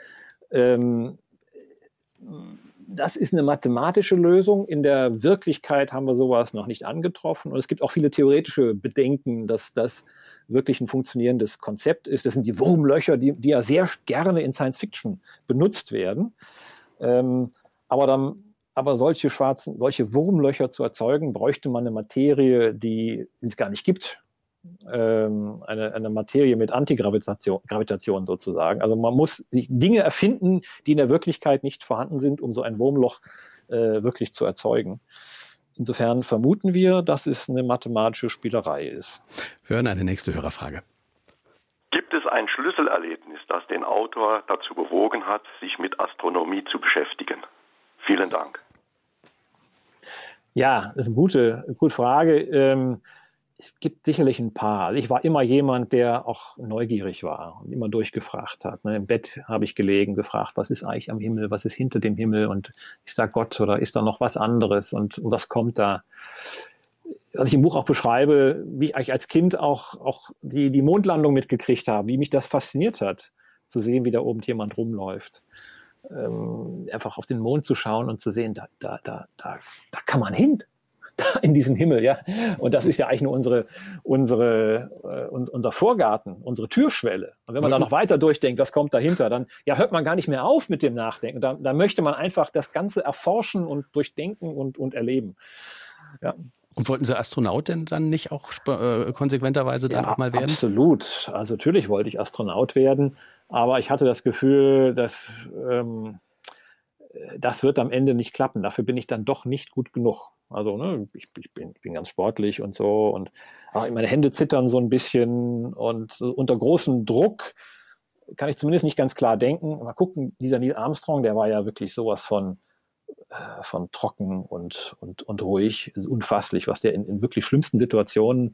Das ist eine mathematische Lösung. In der Wirklichkeit haben wir sowas noch nicht angetroffen. Und es gibt auch viele theoretische Bedenken, dass das wirklich ein funktionierendes Konzept ist. Das sind die Wurmlöcher, die ja sehr gerne in Science Fiction benutzt werden. Aber solche Wurmlöcher zu erzeugen, bräuchte man eine Materie, die es gar nicht gibt. Eine Materie mit Antigravitation sozusagen. Also man muss Dinge erfinden, die in der Wirklichkeit nicht vorhanden sind, um so ein Wurmloch wirklich zu erzeugen. Insofern vermuten wir, dass es eine mathematische Spielerei ist. Wir hören eine nächste Hörerfrage. Gibt es ein Schlüsselerlebnis, das den Autor dazu bewogen hat, sich mit Astronomie zu beschäftigen? Vielen Dank. Ja, das ist eine gute Frage. Es gibt sicherlich ein paar. Also ich war immer jemand, der auch neugierig war und immer durchgefragt hat. Im Bett habe ich gelegen, gefragt, was ist eigentlich am Himmel, was ist hinter dem Himmel und ist da Gott oder ist da noch was anderes und was kommt da? Was ich im Buch auch beschreibe, wie ich eigentlich als Kind auch die Mondlandung mitgekriegt habe, wie mich das fasziniert hat, zu sehen, wie da oben jemand rumläuft. Einfach auf den Mond zu schauen und zu sehen, da kann man hin. In diesen Himmel, ja. Und das ist ja eigentlich nur unser Vorgarten, unsere Türschwelle. Und wenn man da noch weiter durchdenkt, was kommt dahinter, dann hört man gar nicht mehr auf mit dem Nachdenken. Da möchte man einfach das Ganze erforschen und durchdenken und erleben. Ja. Und wollten Sie Astronaut denn dann nicht auch konsequenterweise dann auch mal werden? Absolut. Also natürlich wollte ich Astronaut werden. Aber ich hatte das Gefühl, dass das wird am Ende nicht klappen. Dafür bin ich dann doch nicht gut genug. Also ne, ich bin ganz sportlich und so und meine Hände zittern so ein bisschen und so unter großem Druck kann ich zumindest nicht ganz klar denken. Mal gucken, dieser Neil Armstrong, der war ja wirklich sowas von trocken und ruhig. Es ist unfasslich, was der in wirklich schlimmsten Situationen,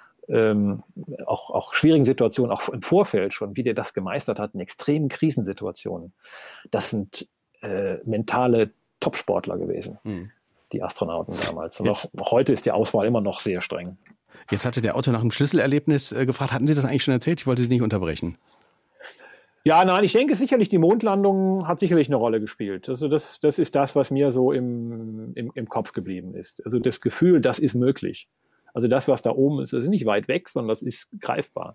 auch schwierigen Situationen, auch im Vorfeld schon, wie der das gemeistert hat, in extremen Krisensituationen. Das sind mentale Topsportler gewesen, die Astronauten damals. Und auch heute ist die Auswahl immer noch sehr streng. Jetzt hatte der Autor nach einem Schlüsselerlebnis gefragt. Hatten Sie das eigentlich schon erzählt? Ich wollte Sie nicht unterbrechen. Ja, nein, ich denke sicherlich, die Mondlandung hat sicherlich eine Rolle gespielt. Also das ist das, was mir so im Kopf geblieben ist. Also das Gefühl, das ist möglich. Also das, was da oben ist, das ist nicht weit weg, sondern das ist greifbar.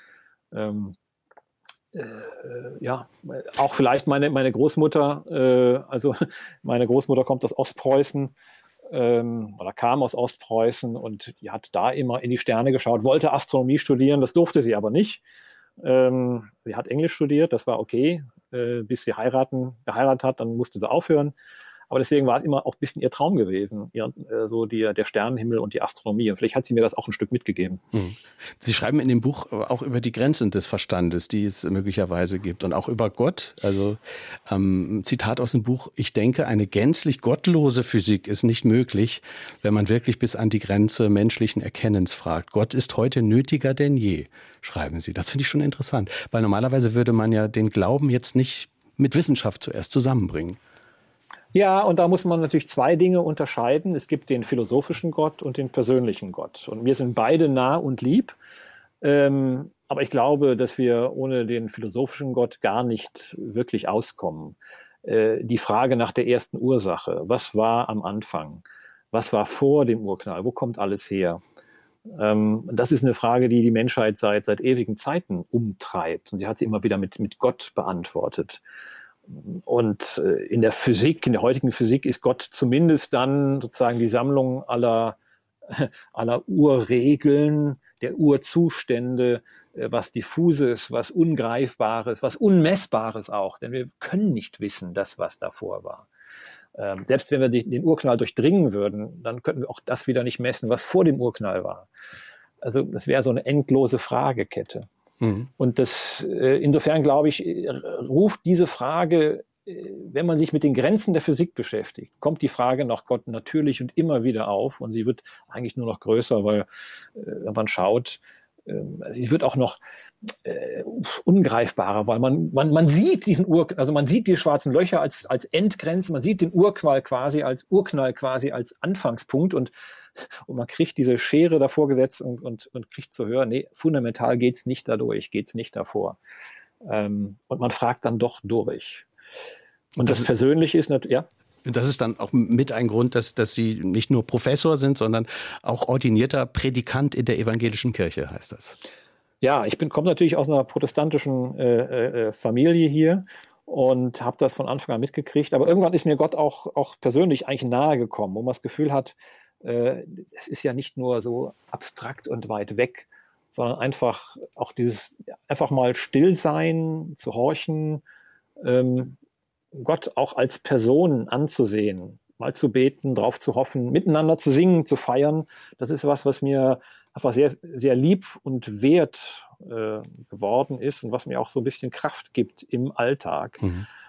Ja, auch vielleicht meine Großmutter, also meine Großmutter kommt aus Ostpreußen oder kam aus Ostpreußen und die hat da immer in die Sterne geschaut, wollte Astronomie studieren, das durfte sie aber nicht. Sie hat Englisch studiert, das war okay, bis sie geheiratet hat, dann musste sie aufhören. Aber deswegen war es immer auch ein bisschen ihr Traum gewesen, der Sternenhimmel und die Astronomie. Und vielleicht hat sie mir das auch ein Stück mitgegeben. Sie schreiben in dem Buch auch über die Grenzen des Verstandes, die es möglicherweise gibt und auch über Gott. Also Zitat aus dem Buch: Ich denke, eine gänzlich gottlose Physik ist nicht möglich, wenn man wirklich bis an die Grenze menschlichen Erkennens fragt. Gott ist heute nötiger denn je, schreiben Sie. Das finde ich schon interessant, weil normalerweise würde man ja den Glauben jetzt nicht mit Wissenschaft zuerst zusammenbringen. Ja, und da muss man natürlich zwei Dinge unterscheiden. Es gibt den philosophischen Gott und den persönlichen Gott. Und mir sind beide nah und lieb. Aber ich glaube, dass wir ohne den philosophischen Gott gar nicht wirklich auskommen. Die Frage nach der ersten Ursache. Was war am Anfang? Was war vor dem Urknall? Wo kommt alles her? Das ist eine Frage, die die Menschheit seit ewigen Zeiten umtreibt. Und sie hat sie immer wieder mit Gott beantwortet. Und in der heutigen Physik ist Gott zumindest dann sozusagen die Sammlung aller Urregeln, der Urzustände, was Diffuses, was Ungreifbares, was Unmessbares auch. Denn wir können nicht wissen, was davor war. Selbst wenn wir den Urknall durchdringen würden, dann könnten wir auch das wieder nicht messen, was vor dem Urknall war. Also das wäre so eine endlose Fragekette. Und insofern, glaube ich, ruft diese Frage, wenn man sich mit den Grenzen der Physik beschäftigt, kommt die Frage nach Gott natürlich und immer wieder auf. Und sie wird eigentlich nur noch größer, weil wenn man schaut, sie wird auch noch ungreifbarer, weil man sieht man sieht die schwarzen Löcher als Endgrenze, man sieht den Urknall quasi als Anfangspunkt und man kriegt diese Schere davor gesetzt und kriegt zu hören, nee, fundamental geht's nicht dadurch, geht's nicht davor. Und man fragt dann doch durch. Und das Persönliche ist natürlich, ja. Das ist dann auch mit ein Grund, dass Sie nicht nur Professor sind, sondern auch ordinierter Predikant in der evangelischen Kirche, heißt das. Ja, ich komme natürlich aus einer protestantischen Familie hier und habe das von Anfang an mitgekriegt. Aber irgendwann ist mir Gott auch persönlich eigentlich nahe gekommen, wo man das Gefühl hat, es ist ja nicht nur so abstrakt und weit weg, sondern einfach auch einfach mal still sein, zu horchen, Gott auch als Person anzusehen, mal zu beten, drauf zu hoffen, miteinander zu singen, zu feiern. Das ist was mir einfach sehr, sehr lieb und wert geworden ist und was mir auch so ein bisschen Kraft gibt im Alltag.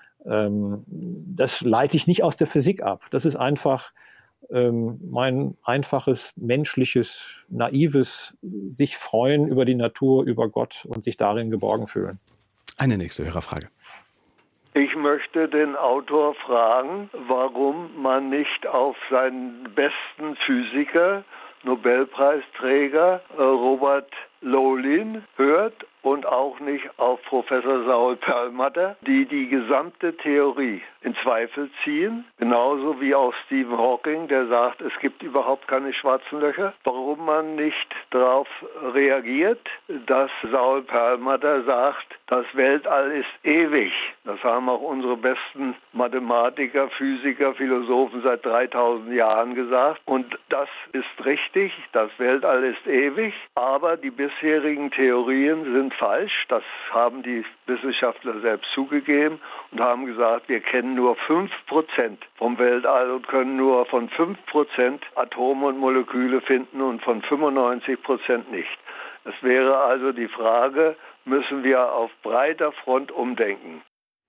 Das leite ich nicht aus der Physik ab. Das ist einfach mein einfaches, menschliches, naives sich freuen über die Natur, über Gott und sich darin geborgen fühlen. Eine nächste Hörerfrage. Ich möchte den Autor fragen, warum man nicht auf seinen besten Physiker, Nobelpreisträger Robert Lowlin hört und auch nicht auf Professor Saul Perlmutter, die gesamte Theorie in Zweifel ziehen, genauso wie auch Stephen Hawking, der sagt, es gibt überhaupt keine schwarzen Löcher. Warum man nicht darauf reagiert, dass Saul Perlmutter sagt, das Weltall ist ewig. Das haben auch unsere besten Mathematiker, Physiker, Philosophen seit 3000 Jahren gesagt. Und das ist richtig, das Weltall ist ewig, aber die bis bisherigen Theorien sind falsch. Das haben die Wissenschaftler selbst zugegeben und haben gesagt, wir kennen nur 5% vom Weltall und können nur von 5% Atome und Moleküle finden und von 95% nicht. Es wäre also die Frage, müssen wir auf breiter Front umdenken?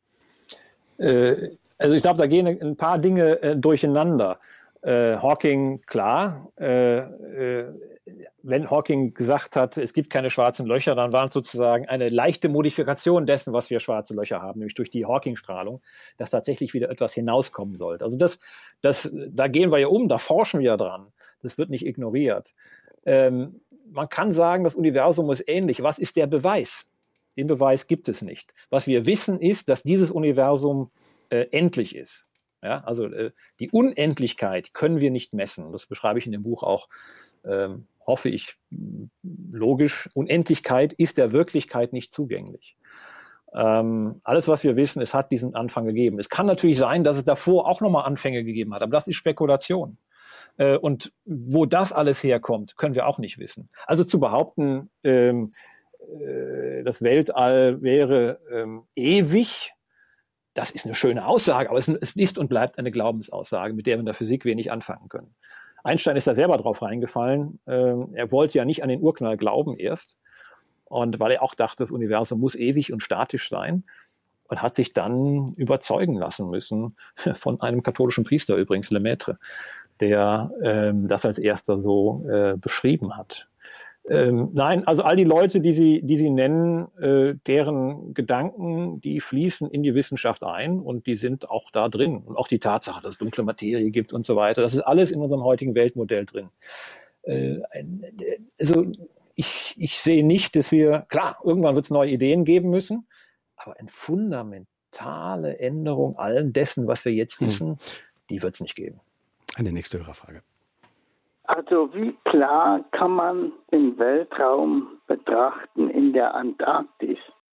Also ich glaube, da gehen ein paar Dinge durcheinander. Hawking, klar, wenn Hawking gesagt hat, es gibt keine schwarzen Löcher, dann war es sozusagen eine leichte Modifikation dessen, was wir schwarze Löcher haben, nämlich durch die Hawking-Strahlung, dass tatsächlich wieder etwas hinauskommen sollte. Also da gehen wir ja da forschen wir ja dran. Das wird nicht ignoriert. Man kann sagen, das Universum ist ähnlich. Was ist der Beweis? Den Beweis gibt es nicht. Was wir wissen ist, dass dieses Universum endlich ist. Ja, also die Unendlichkeit können wir nicht messen. Das beschreibe ich in dem Buch auch, hoffe ich, logisch. Unendlichkeit ist der Wirklichkeit nicht zugänglich. Alles, was wir wissen, es hat diesen Anfang gegeben. Es kann natürlich sein, dass es davor auch nochmal Anfänge gegeben hat, aber das ist Spekulation. Und wo das alles herkommt, können wir auch nicht wissen. Also zu behaupten, das Weltall wäre ewig, das ist eine schöne Aussage, aber es ist und bleibt eine Glaubensaussage, mit der wir in der Physik wenig anfangen können. Einstein ist da selber drauf reingefallen. Er wollte ja nicht an den Urknall glauben erst. Und weil er auch dachte, das Universum muss ewig und statisch sein. Und hat sich dann überzeugen lassen müssen von einem katholischen Priester übrigens, Lemaitre, der das als erster so beschrieben hat. Nein, also all die Leute, die Sie nennen, deren Gedanken, die fließen in die Wissenschaft ein und die sind auch da drin. Und auch die Tatsache, dass es dunkle Materie gibt und so weiter, das ist alles in unserem heutigen Weltmodell drin. Also ich sehe nicht, dass klar, irgendwann wird es neue Ideen geben müssen, aber eine fundamentale Änderung allen dessen, was wir jetzt wissen, die wird es nicht geben. Eine nächste Hörerfrage. Also wie klar kann man den Weltraum betrachten in der Antarktis?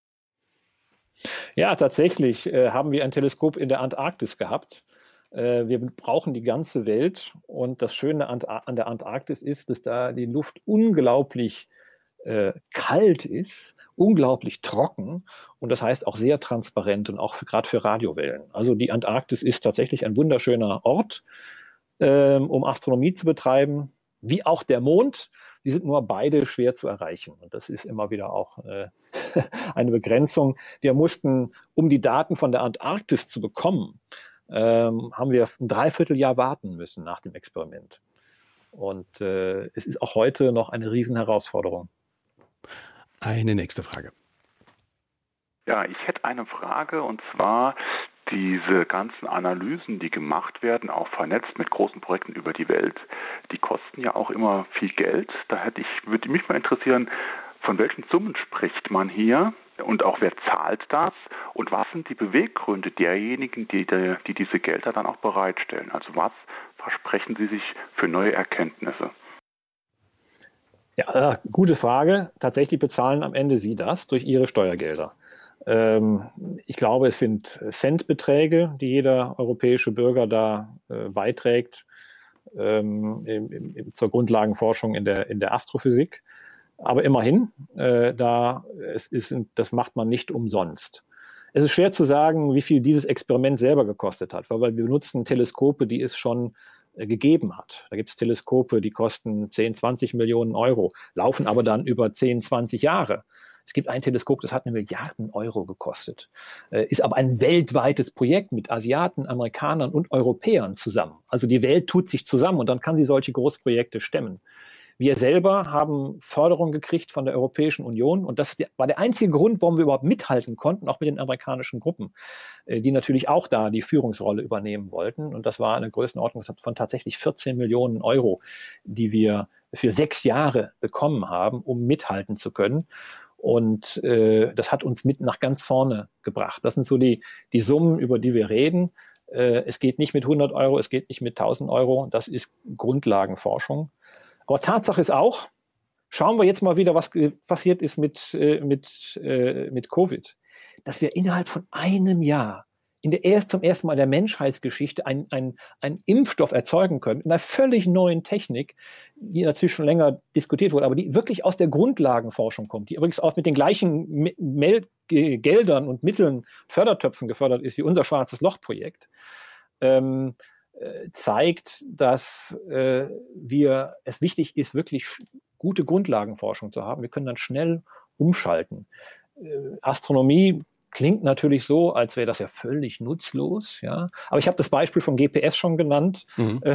Ja, tatsächlich haben wir ein Teleskop in der Antarktis gehabt. Wir brauchen die ganze Welt und das Schöne an der Antarktis ist, dass da die Luft unglaublich kalt ist, unglaublich trocken und das heißt auch sehr transparent und auch gerade für Radiowellen. Also die Antarktis ist tatsächlich ein wunderschöner Ort, um Astronomie zu betreiben, wie auch der Mond. Die sind nur beide schwer zu erreichen. Und das ist immer wieder auch eine Begrenzung. Wir mussten, um die Daten von der Antarktis zu bekommen, haben wir ein Dreivierteljahr warten müssen nach dem Experiment. Und es ist auch heute noch eine Riesenherausforderung. Eine nächste Frage. Ja, ich hätte eine Frage und zwar diese ganzen Analysen, die gemacht werden, auch vernetzt mit großen Projekten über die Welt, die kosten ja auch immer viel Geld. Würde mich mal interessieren, von welchen Summen spricht man hier und auch wer zahlt das und was sind die Beweggründe derjenigen, die diese Gelder dann auch bereitstellen? Also was versprechen Sie sich für neue Erkenntnisse? Ja, gute Frage. Tatsächlich bezahlen am Ende Sie das durch Ihre Steuergelder. Ich glaube, es sind Centbeträge, die jeder europäische Bürger da beiträgt zur Grundlagenforschung in der Astrophysik. Aber immerhin, das macht man nicht umsonst. Es ist schwer zu sagen, wie viel dieses Experiment selber gekostet hat, weil wir benutzen Teleskope, die es schon gegeben hat. Da gibt es Teleskope, die kosten 10, 20 Millionen Euro, laufen aber dann über 10, 20 Jahre. Es gibt ein Teleskop, das hat 1 Milliarde Euro gekostet, ist aber ein weltweites Projekt mit Asiaten, Amerikanern und Europäern zusammen. Also die Welt tut sich zusammen und dann kann sie solche Großprojekte stemmen. Wir selber haben Förderung gekriegt von der Europäischen Union und das war der einzige Grund, warum wir überhaupt mithalten konnten, auch mit den amerikanischen Gruppen, die natürlich auch da die Führungsrolle übernehmen wollten. Und das war eine Größenordnung von tatsächlich 14 Millionen Euro, die wir für 6 Jahre bekommen haben, um mithalten zu können. Und das hat uns mit nach ganz vorne gebracht. Das sind so die Summen, über die wir reden. Es geht nicht mit 100 Euro, es geht nicht mit 1000 Euro. Das ist Grundlagenforschung. Aber Tatsache ist auch, schauen wir jetzt mal wieder, was passiert ist mit Covid, dass wir innerhalb von einem Jahr zum ersten Mal in der Menschheitsgeschichte einen Impfstoff erzeugen können, mit einer völlig neuen Technik, die natürlich schon länger diskutiert wurde, aber die wirklich aus der Grundlagenforschung kommt, die übrigens auch mit den gleichen Geldern und Mitteln, Fördertöpfen gefördert ist wie unser Schwarzes Loch-Projekt, zeigt, dass es wichtig ist, wirklich gute Grundlagenforschung zu haben. Wir können dann schnell umschalten. Astronomie klingt natürlich so, als wäre das ja völlig nutzlos, ja. Aber ich habe das Beispiel vom GPS schon genannt.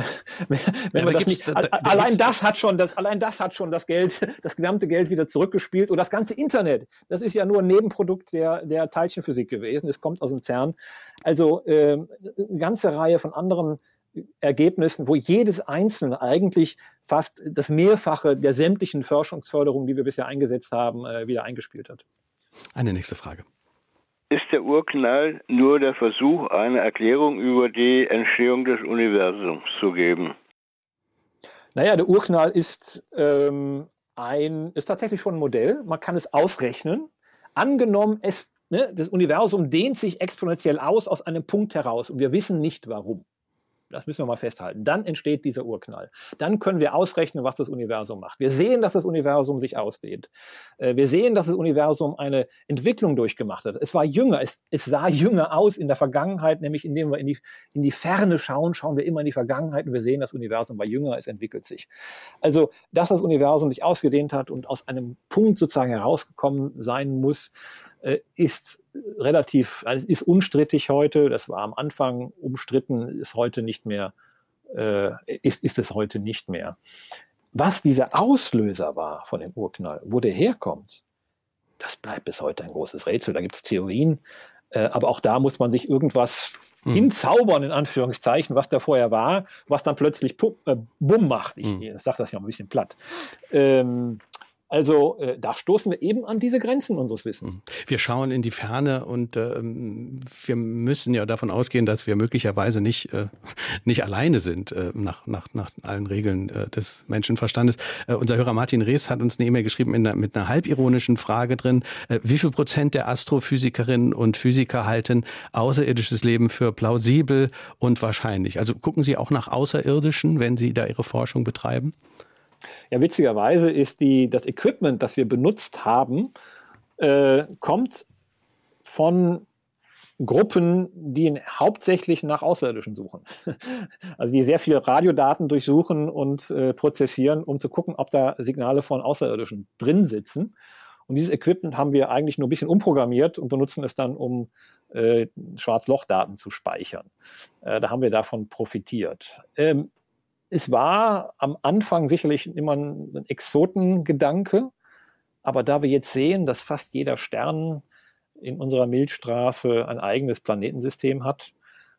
Allein das hat schon das Geld, das gesamte Geld wieder zurückgespielt. Und das ganze Internet, das ist ja nur ein Nebenprodukt der Teilchenphysik gewesen. Es kommt aus dem CERN. Also eine ganze Reihe von anderen Ergebnissen, wo jedes einzelne eigentlich fast das Mehrfache der sämtlichen Forschungsförderung, die wir bisher eingesetzt haben, wieder eingespielt hat. Eine nächste Frage. Ist der Urknall nur der Versuch, eine Erklärung über die Entstehung des Universums zu geben? Naja, der Urknall ist tatsächlich schon ein Modell. Man kann es ausrechnen. Angenommen, das Universum dehnt sich exponentiell aus einem Punkt heraus und wir wissen nicht, warum. Das müssen wir mal festhalten. Dann entsteht dieser Urknall. Dann können wir ausrechnen, was das Universum macht. Wir sehen, dass das Universum sich ausdehnt. Wir sehen, dass das Universum eine Entwicklung durchgemacht hat. Es war jünger, es sah jünger aus in der Vergangenheit, nämlich indem wir in die Ferne schauen wir immer in die Vergangenheit und wir sehen, das Universum war jünger, es entwickelt sich. Also, dass das Universum sich ausgedehnt hat und aus einem Punkt sozusagen herausgekommen sein muss, ist ist unstrittig heute. Das war am Anfang umstritten, ist heute nicht mehr, ist es heute nicht mehr. Was dieser Auslöser war von dem Urknall, wo der herkommt, das bleibt bis heute ein großes Rätsel. Da gibt es Theorien, aber auch da muss man sich irgendwas hinzaubern, in Anführungszeichen, was da vorher war, was dann plötzlich bumm macht. Ich sage das ja ein bisschen platt. Also da stoßen wir eben an diese Grenzen unseres Wissens. Wir schauen in die Ferne und wir müssen ja davon ausgehen, dass wir möglicherweise nicht alleine sind nach allen Regeln des Menschenverstandes. Unser Hörer Martin Rees hat uns eine E-Mail geschrieben mit einer halbironischen Frage drin. Wie viel % der Astrophysikerinnen und Physiker halten außerirdisches Leben für plausibel und wahrscheinlich? Also gucken Sie auch nach Außerirdischen, wenn Sie da Ihre Forschung betreiben? Ja, witzigerweise ist das Equipment, das wir benutzt haben, kommt von Gruppen, die hauptsächlich nach Außerirdischen suchen. Also die sehr viele Radiodaten durchsuchen und prozessieren, um zu gucken, ob da Signale von Außerirdischen drin sitzen. Und dieses Equipment haben wir eigentlich nur ein bisschen umprogrammiert und benutzen es dann, um Schwarzlochdaten zu speichern. Da haben wir davon profitiert. Es war am Anfang sicherlich immer ein Exotengedanke, aber da wir jetzt sehen, dass fast jeder Stern in unserer Milchstraße ein eigenes Planetensystem hat,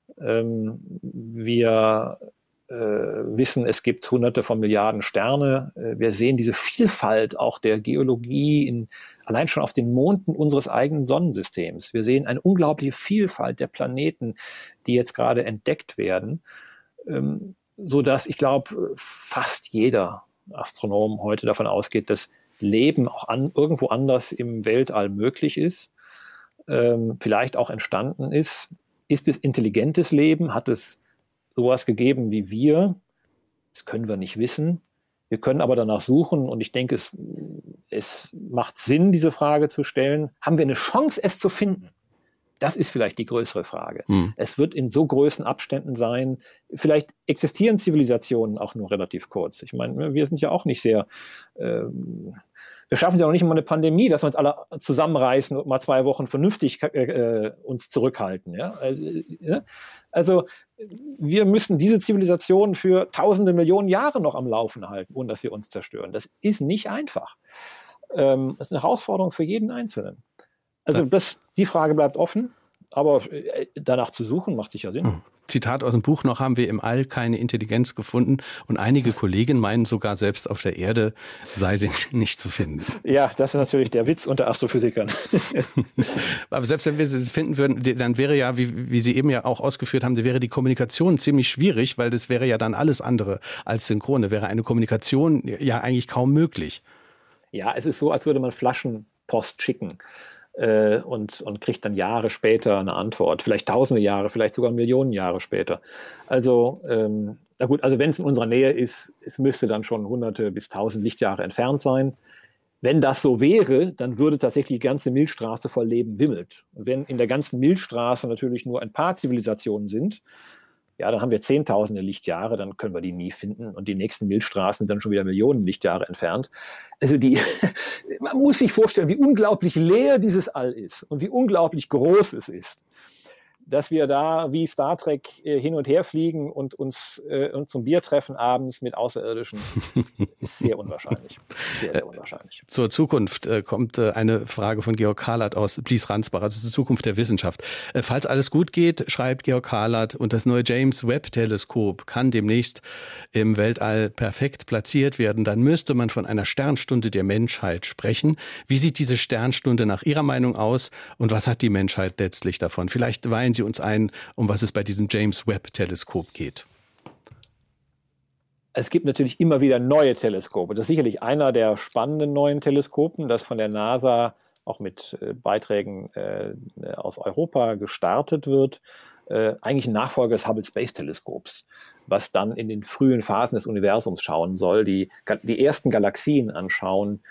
wir wissen, es gibt Hunderte von Milliarden Sterne, wir sehen diese Vielfalt auch der Geologie allein schon auf den Monden unseres eigenen Sonnensystems. Wir sehen eine unglaubliche Vielfalt der Planeten, die jetzt gerade entdeckt werden, so dass ich glaube, fast jeder Astronom heute davon ausgeht, dass Leben auch irgendwo anders im Weltall möglich ist, vielleicht auch entstanden ist. Ist es intelligentes Leben? Hat es sowas gegeben wie wir? Das können wir nicht wissen. Wir können aber danach suchen und ich denke, es macht Sinn, diese Frage zu stellen. Haben wir eine Chance, es zu finden? Das ist vielleicht die größere Frage. Es wird in so großen Abständen sein. Vielleicht existieren Zivilisationen auch nur relativ kurz. Ich meine, wir sind ja auch nicht sehr... wir schaffen es ja noch nicht mal eine Pandemie, dass wir uns alle zusammenreißen und mal 2 Wochen vernünftig uns zurückhalten. Ja? Also wir müssen diese Zivilisation für tausende Millionen Jahre noch am Laufen halten, ohne dass wir uns zerstören. Das ist nicht einfach. Das ist eine Herausforderung für jeden Einzelnen. Also die Frage bleibt offen, aber danach zu suchen macht sicher Sinn. Zitat aus dem Buch noch: Haben wir im All keine Intelligenz gefunden und einige Kollegen meinen sogar, selbst auf der Erde sei sie nicht zu finden. Ja, das ist natürlich der Witz unter Astrophysikern. Aber selbst wenn wir sie finden würden, dann wäre ja, wie Sie eben ja auch ausgeführt haben, wäre die Kommunikation ziemlich schwierig, weil das wäre ja dann alles andere als synchron. Da wäre eine Kommunikation ja eigentlich kaum möglich. Ja, es ist so, als würde man Flaschenpost schicken. und kriegt dann Jahre später eine Antwort, vielleicht tausende Jahre, vielleicht sogar Millionen Jahre später. Also, na gut, also wenn es in unserer Nähe ist, es müsste dann schon hunderte bis tausend Lichtjahre entfernt sein. Wenn das so wäre, dann würde tatsächlich die ganze Milchstraße voll Leben wimmelt. Und wenn in der ganzen Milchstraße natürlich nur ein paar Zivilisationen sind, ja, dann haben wir Zehntausende Lichtjahre, dann können wir die nie finden. Und die nächsten Milchstraßen sind dann schon wieder Millionen Lichtjahre entfernt. Also man muss sich vorstellen, wie unglaublich leer dieses All ist und wie unglaublich groß es ist. Dass wir da wie Star Trek hin und her fliegen und uns zum Bier treffen abends mit Außerirdischen, ist sehr unwahrscheinlich. Sehr, sehr unwahrscheinlich. Zur Zukunft kommt eine Frage von Georg Karlat aus Blies-Ransbach, also zur Zukunft der Wissenschaft. Falls alles gut geht, schreibt Georg Karlat, und das neue James-Webb-Teleskop kann demnächst im Weltall perfekt platziert werden, dann müsste man von einer Sternstunde der Menschheit sprechen. Wie sieht diese Sternstunde nach Ihrer Meinung aus und was hat die Menschheit letztlich davon? Vielleicht weihen Sie uns ein, um was es bei diesem James-Webb-Teleskop geht. Es gibt natürlich immer wieder neue Teleskope. Das ist sicherlich einer der spannenden neuen Teleskopen, das von der NASA auch mit Beiträgen aus Europa gestartet wird. Eigentlich ein Nachfolger des Hubble Space Teleskops, was dann in den frühen Phasen des Universums schauen soll, die ersten Galaxien anschauen,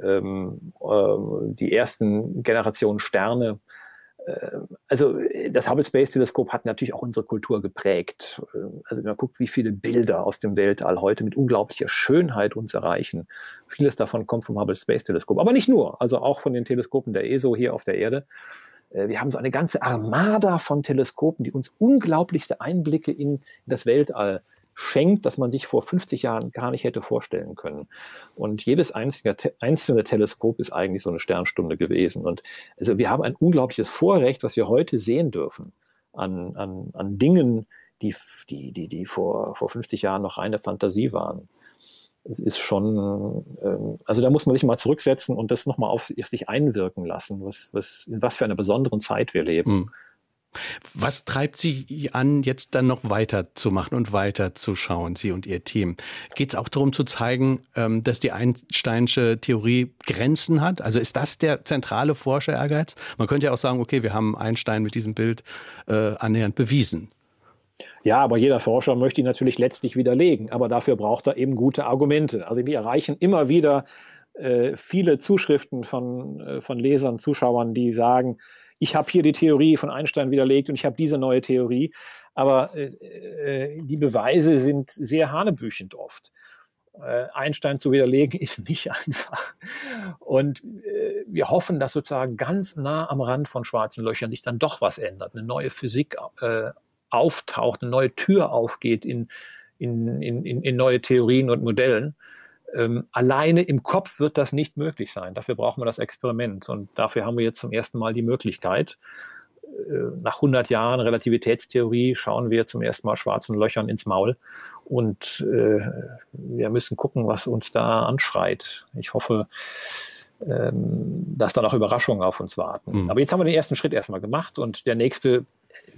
die ersten Generationen Sterne. Also das Hubble Space Teleskop hat natürlich auch unsere Kultur geprägt. Also wenn man guckt, wie viele Bilder aus dem Weltall heute mit unglaublicher Schönheit uns erreichen. Vieles davon kommt vom Hubble Space Teleskop, aber nicht nur, also auch von den Teleskopen der ESO hier auf der Erde. Wir haben so eine ganze Armada von Teleskopen, die uns unglaublichste Einblicke in das Weltall schenkt, dass man sich vor 50 Jahren gar nicht hätte vorstellen können. Und jedes einzelne Teleskop ist eigentlich so eine Sternstunde gewesen. Und also wir haben ein unglaubliches Vorrecht, was wir heute sehen dürfen an Dingen, die vor 50 Jahren noch reine Fantasie waren. Es ist schon, also da muss man sich mal zurücksetzen und das nochmal auf sich einwirken lassen, in was für einer besonderen Zeit wir leben. Was treibt Sie an, jetzt dann noch weiterzumachen und weiterzuschauen, Sie und Ihr Team? Geht es auch darum zu zeigen, dass die Einsteinsche Theorie Grenzen hat? Also ist das der zentrale Forscher-Ehrgeiz? Man könnte ja auch sagen, okay, wir haben Einstein mit diesem Bild annähernd bewiesen. Ja, aber jeder Forscher möchte ihn natürlich letztlich widerlegen. Aber dafür braucht er eben gute Argumente. Also wir erreichen immer wieder viele Zuschriften von Lesern, Zuschauern, die sagen, ich habe hier die Theorie von Einstein widerlegt und ich habe diese neue Theorie. Aber die Beweise sind sehr hanebüchend oft. Einstein zu widerlegen ist nicht einfach. Und wir hoffen, dass sozusagen ganz nah am Rand von schwarzen Löchern sich dann doch was ändert. Eine neue Physik auftaucht, eine neue Tür aufgeht in neue Theorien und Modellen. Alleine im Kopf wird das nicht möglich sein. Dafür brauchen wir das Experiment. Und dafür haben wir jetzt zum ersten Mal die Möglichkeit. Nach 100 Jahren Relativitätstheorie schauen wir zum ersten Mal schwarzen Löchern ins Maul. Und wir müssen gucken, was uns da anschreit. Ich hoffe, dass da noch Überraschungen auf uns warten. Aber jetzt haben wir den ersten Schritt erstmal gemacht. Und der nächste,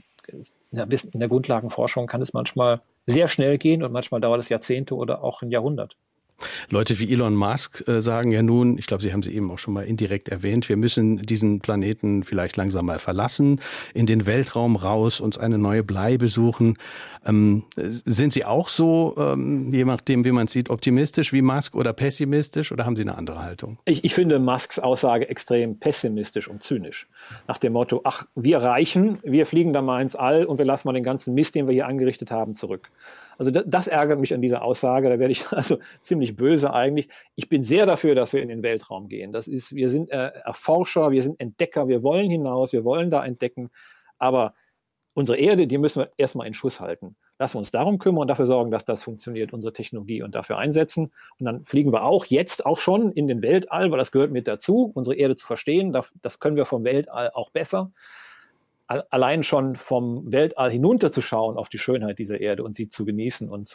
in der Grundlagenforschung kann es manchmal sehr schnell gehen und manchmal dauert es Jahrzehnte oder auch ein Jahrhundert. Leute wie Elon Musk sagen ja nun, ich glaube, Sie haben sie eben auch schon mal indirekt erwähnt, wir müssen diesen Planeten vielleicht langsam mal verlassen, in den Weltraum raus, uns eine neue Bleibe suchen. Sind Sie auch so, je nachdem, wie man es sieht, optimistisch wie Musk oder pessimistisch oder haben Sie eine andere Haltung? Ich finde Musks Aussage extrem pessimistisch und zynisch. Nach dem Motto, ach, wir reichen, wir fliegen da mal ins All und wir lassen mal den ganzen Mist, den wir hier angerichtet haben, zurück. Also das ärgert mich an dieser Aussage, da werde ich also ziemlich böse eigentlich. Ich bin sehr dafür, dass wir in den Weltraum gehen. Wir sind Erforscher, wir sind Entdecker, wir wollen hinaus, wir wollen da entdecken, aber unsere Erde, die müssen wir erstmal in Schuss halten. Lassen wir uns darum kümmern und dafür sorgen, dass das funktioniert, unsere Technologie und dafür einsetzen. Und dann fliegen wir jetzt auch schon in den Weltall, weil das gehört mit dazu, unsere Erde zu verstehen. Das können wir vom Weltall auch besser. Allein schon vom Weltall hinunterzuschauen auf die Schönheit dieser Erde und sie zu genießen und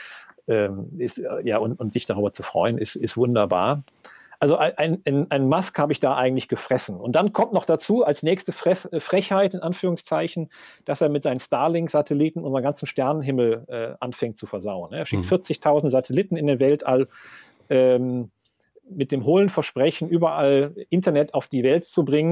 und sich darüber zu freuen, ist wunderbar. Also ein Musk habe ich da eigentlich gefressen. Und dann kommt noch dazu als nächste Frechheit, in Anführungszeichen, dass er mit seinen Starlink-Satelliten unseren ganzen Sternenhimmel anfängt zu versauen. Er schickt 40.000 Satelliten in den Weltall mit dem hohlen Versprechen, überall Internet auf die Welt zu bringen.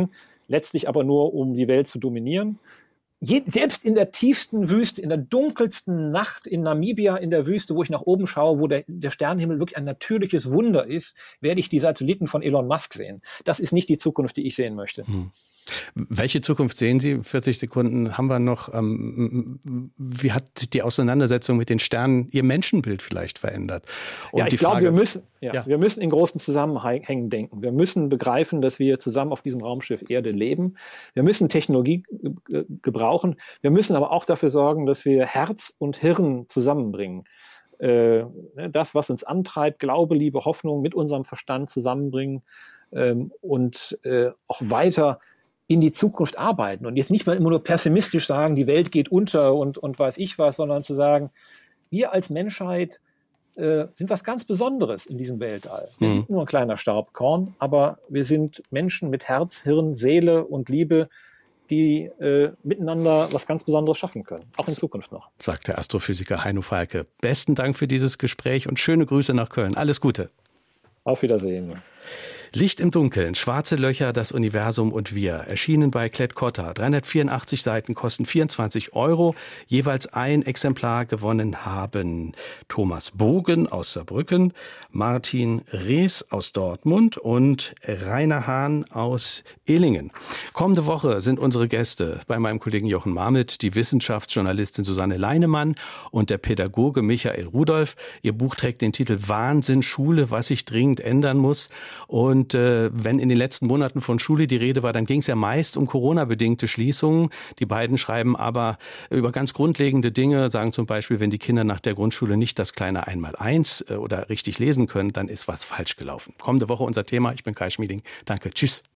letztlich aber nur, um die Welt zu dominieren. Selbst in der tiefsten Wüste, in der dunkelsten Nacht in Namibia in der Wüste, wo ich nach oben schaue, wo der Sternenhimmel wirklich ein natürliches Wunder ist, werde ich die Satelliten von Elon Musk sehen. Das ist nicht die Zukunft, die ich sehen möchte. Welche Zukunft sehen Sie? 40 Sekunden haben wir noch. Wie hat sich die Auseinandersetzung mit den Sternen Ihr Menschenbild vielleicht verändert? Und ich glaube, wir müssen in großen Zusammenhängen denken. Wir müssen begreifen, dass wir zusammen auf diesem Raumschiff Erde leben. Wir müssen Technologie gebrauchen. Wir müssen aber auch dafür sorgen, dass wir Herz und Hirn zusammenbringen. Das, was uns antreibt, Glaube, Liebe, Hoffnung mit unserem Verstand zusammenbringen und auch weiter in die Zukunft arbeiten und jetzt nicht mal immer nur pessimistisch sagen, die Welt geht unter und weiß ich was, sondern zu sagen, wir als Menschheit sind was ganz Besonderes in diesem Weltall. Wir sind nur ein kleiner Staubkorn, aber wir sind Menschen mit Herz, Hirn, Seele und Liebe, die miteinander was ganz Besonderes schaffen können, auch in Zukunft noch. Sagt der Astrophysiker Heino Falke. Besten Dank für dieses Gespräch und schöne Grüße nach Köln. Alles Gute. Auf Wiedersehen. Licht im Dunkeln, schwarze Löcher, das Universum und wir. Erschienen bei Klett-Cotta. 384 Seiten, kosten 24 €. Jeweils ein Exemplar gewonnen haben Thomas Bogen aus Saarbrücken, Martin Rees aus Dortmund und Rainer Hahn aus Illingen. Kommende Woche sind unsere Gäste bei meinem Kollegen Jochen Marmit, die Wissenschaftsjournalistin Susanne Leinemann und der Pädagoge Michael Rudolph. Ihr Buch trägt den Titel Wahnsinn Schule, was sich dringend ändern muss. Und wenn in den letzten Monaten von Schule die Rede war, dann ging es ja meist um Corona-bedingte Schließungen. Die beiden schreiben aber über ganz grundlegende Dinge, sagen zum Beispiel, wenn die Kinder nach der Grundschule nicht das kleine Einmaleins oder richtig lesen können, dann ist was falsch gelaufen. Kommende Woche unser Thema. Ich bin Kai Schmieding. Danke. Tschüss.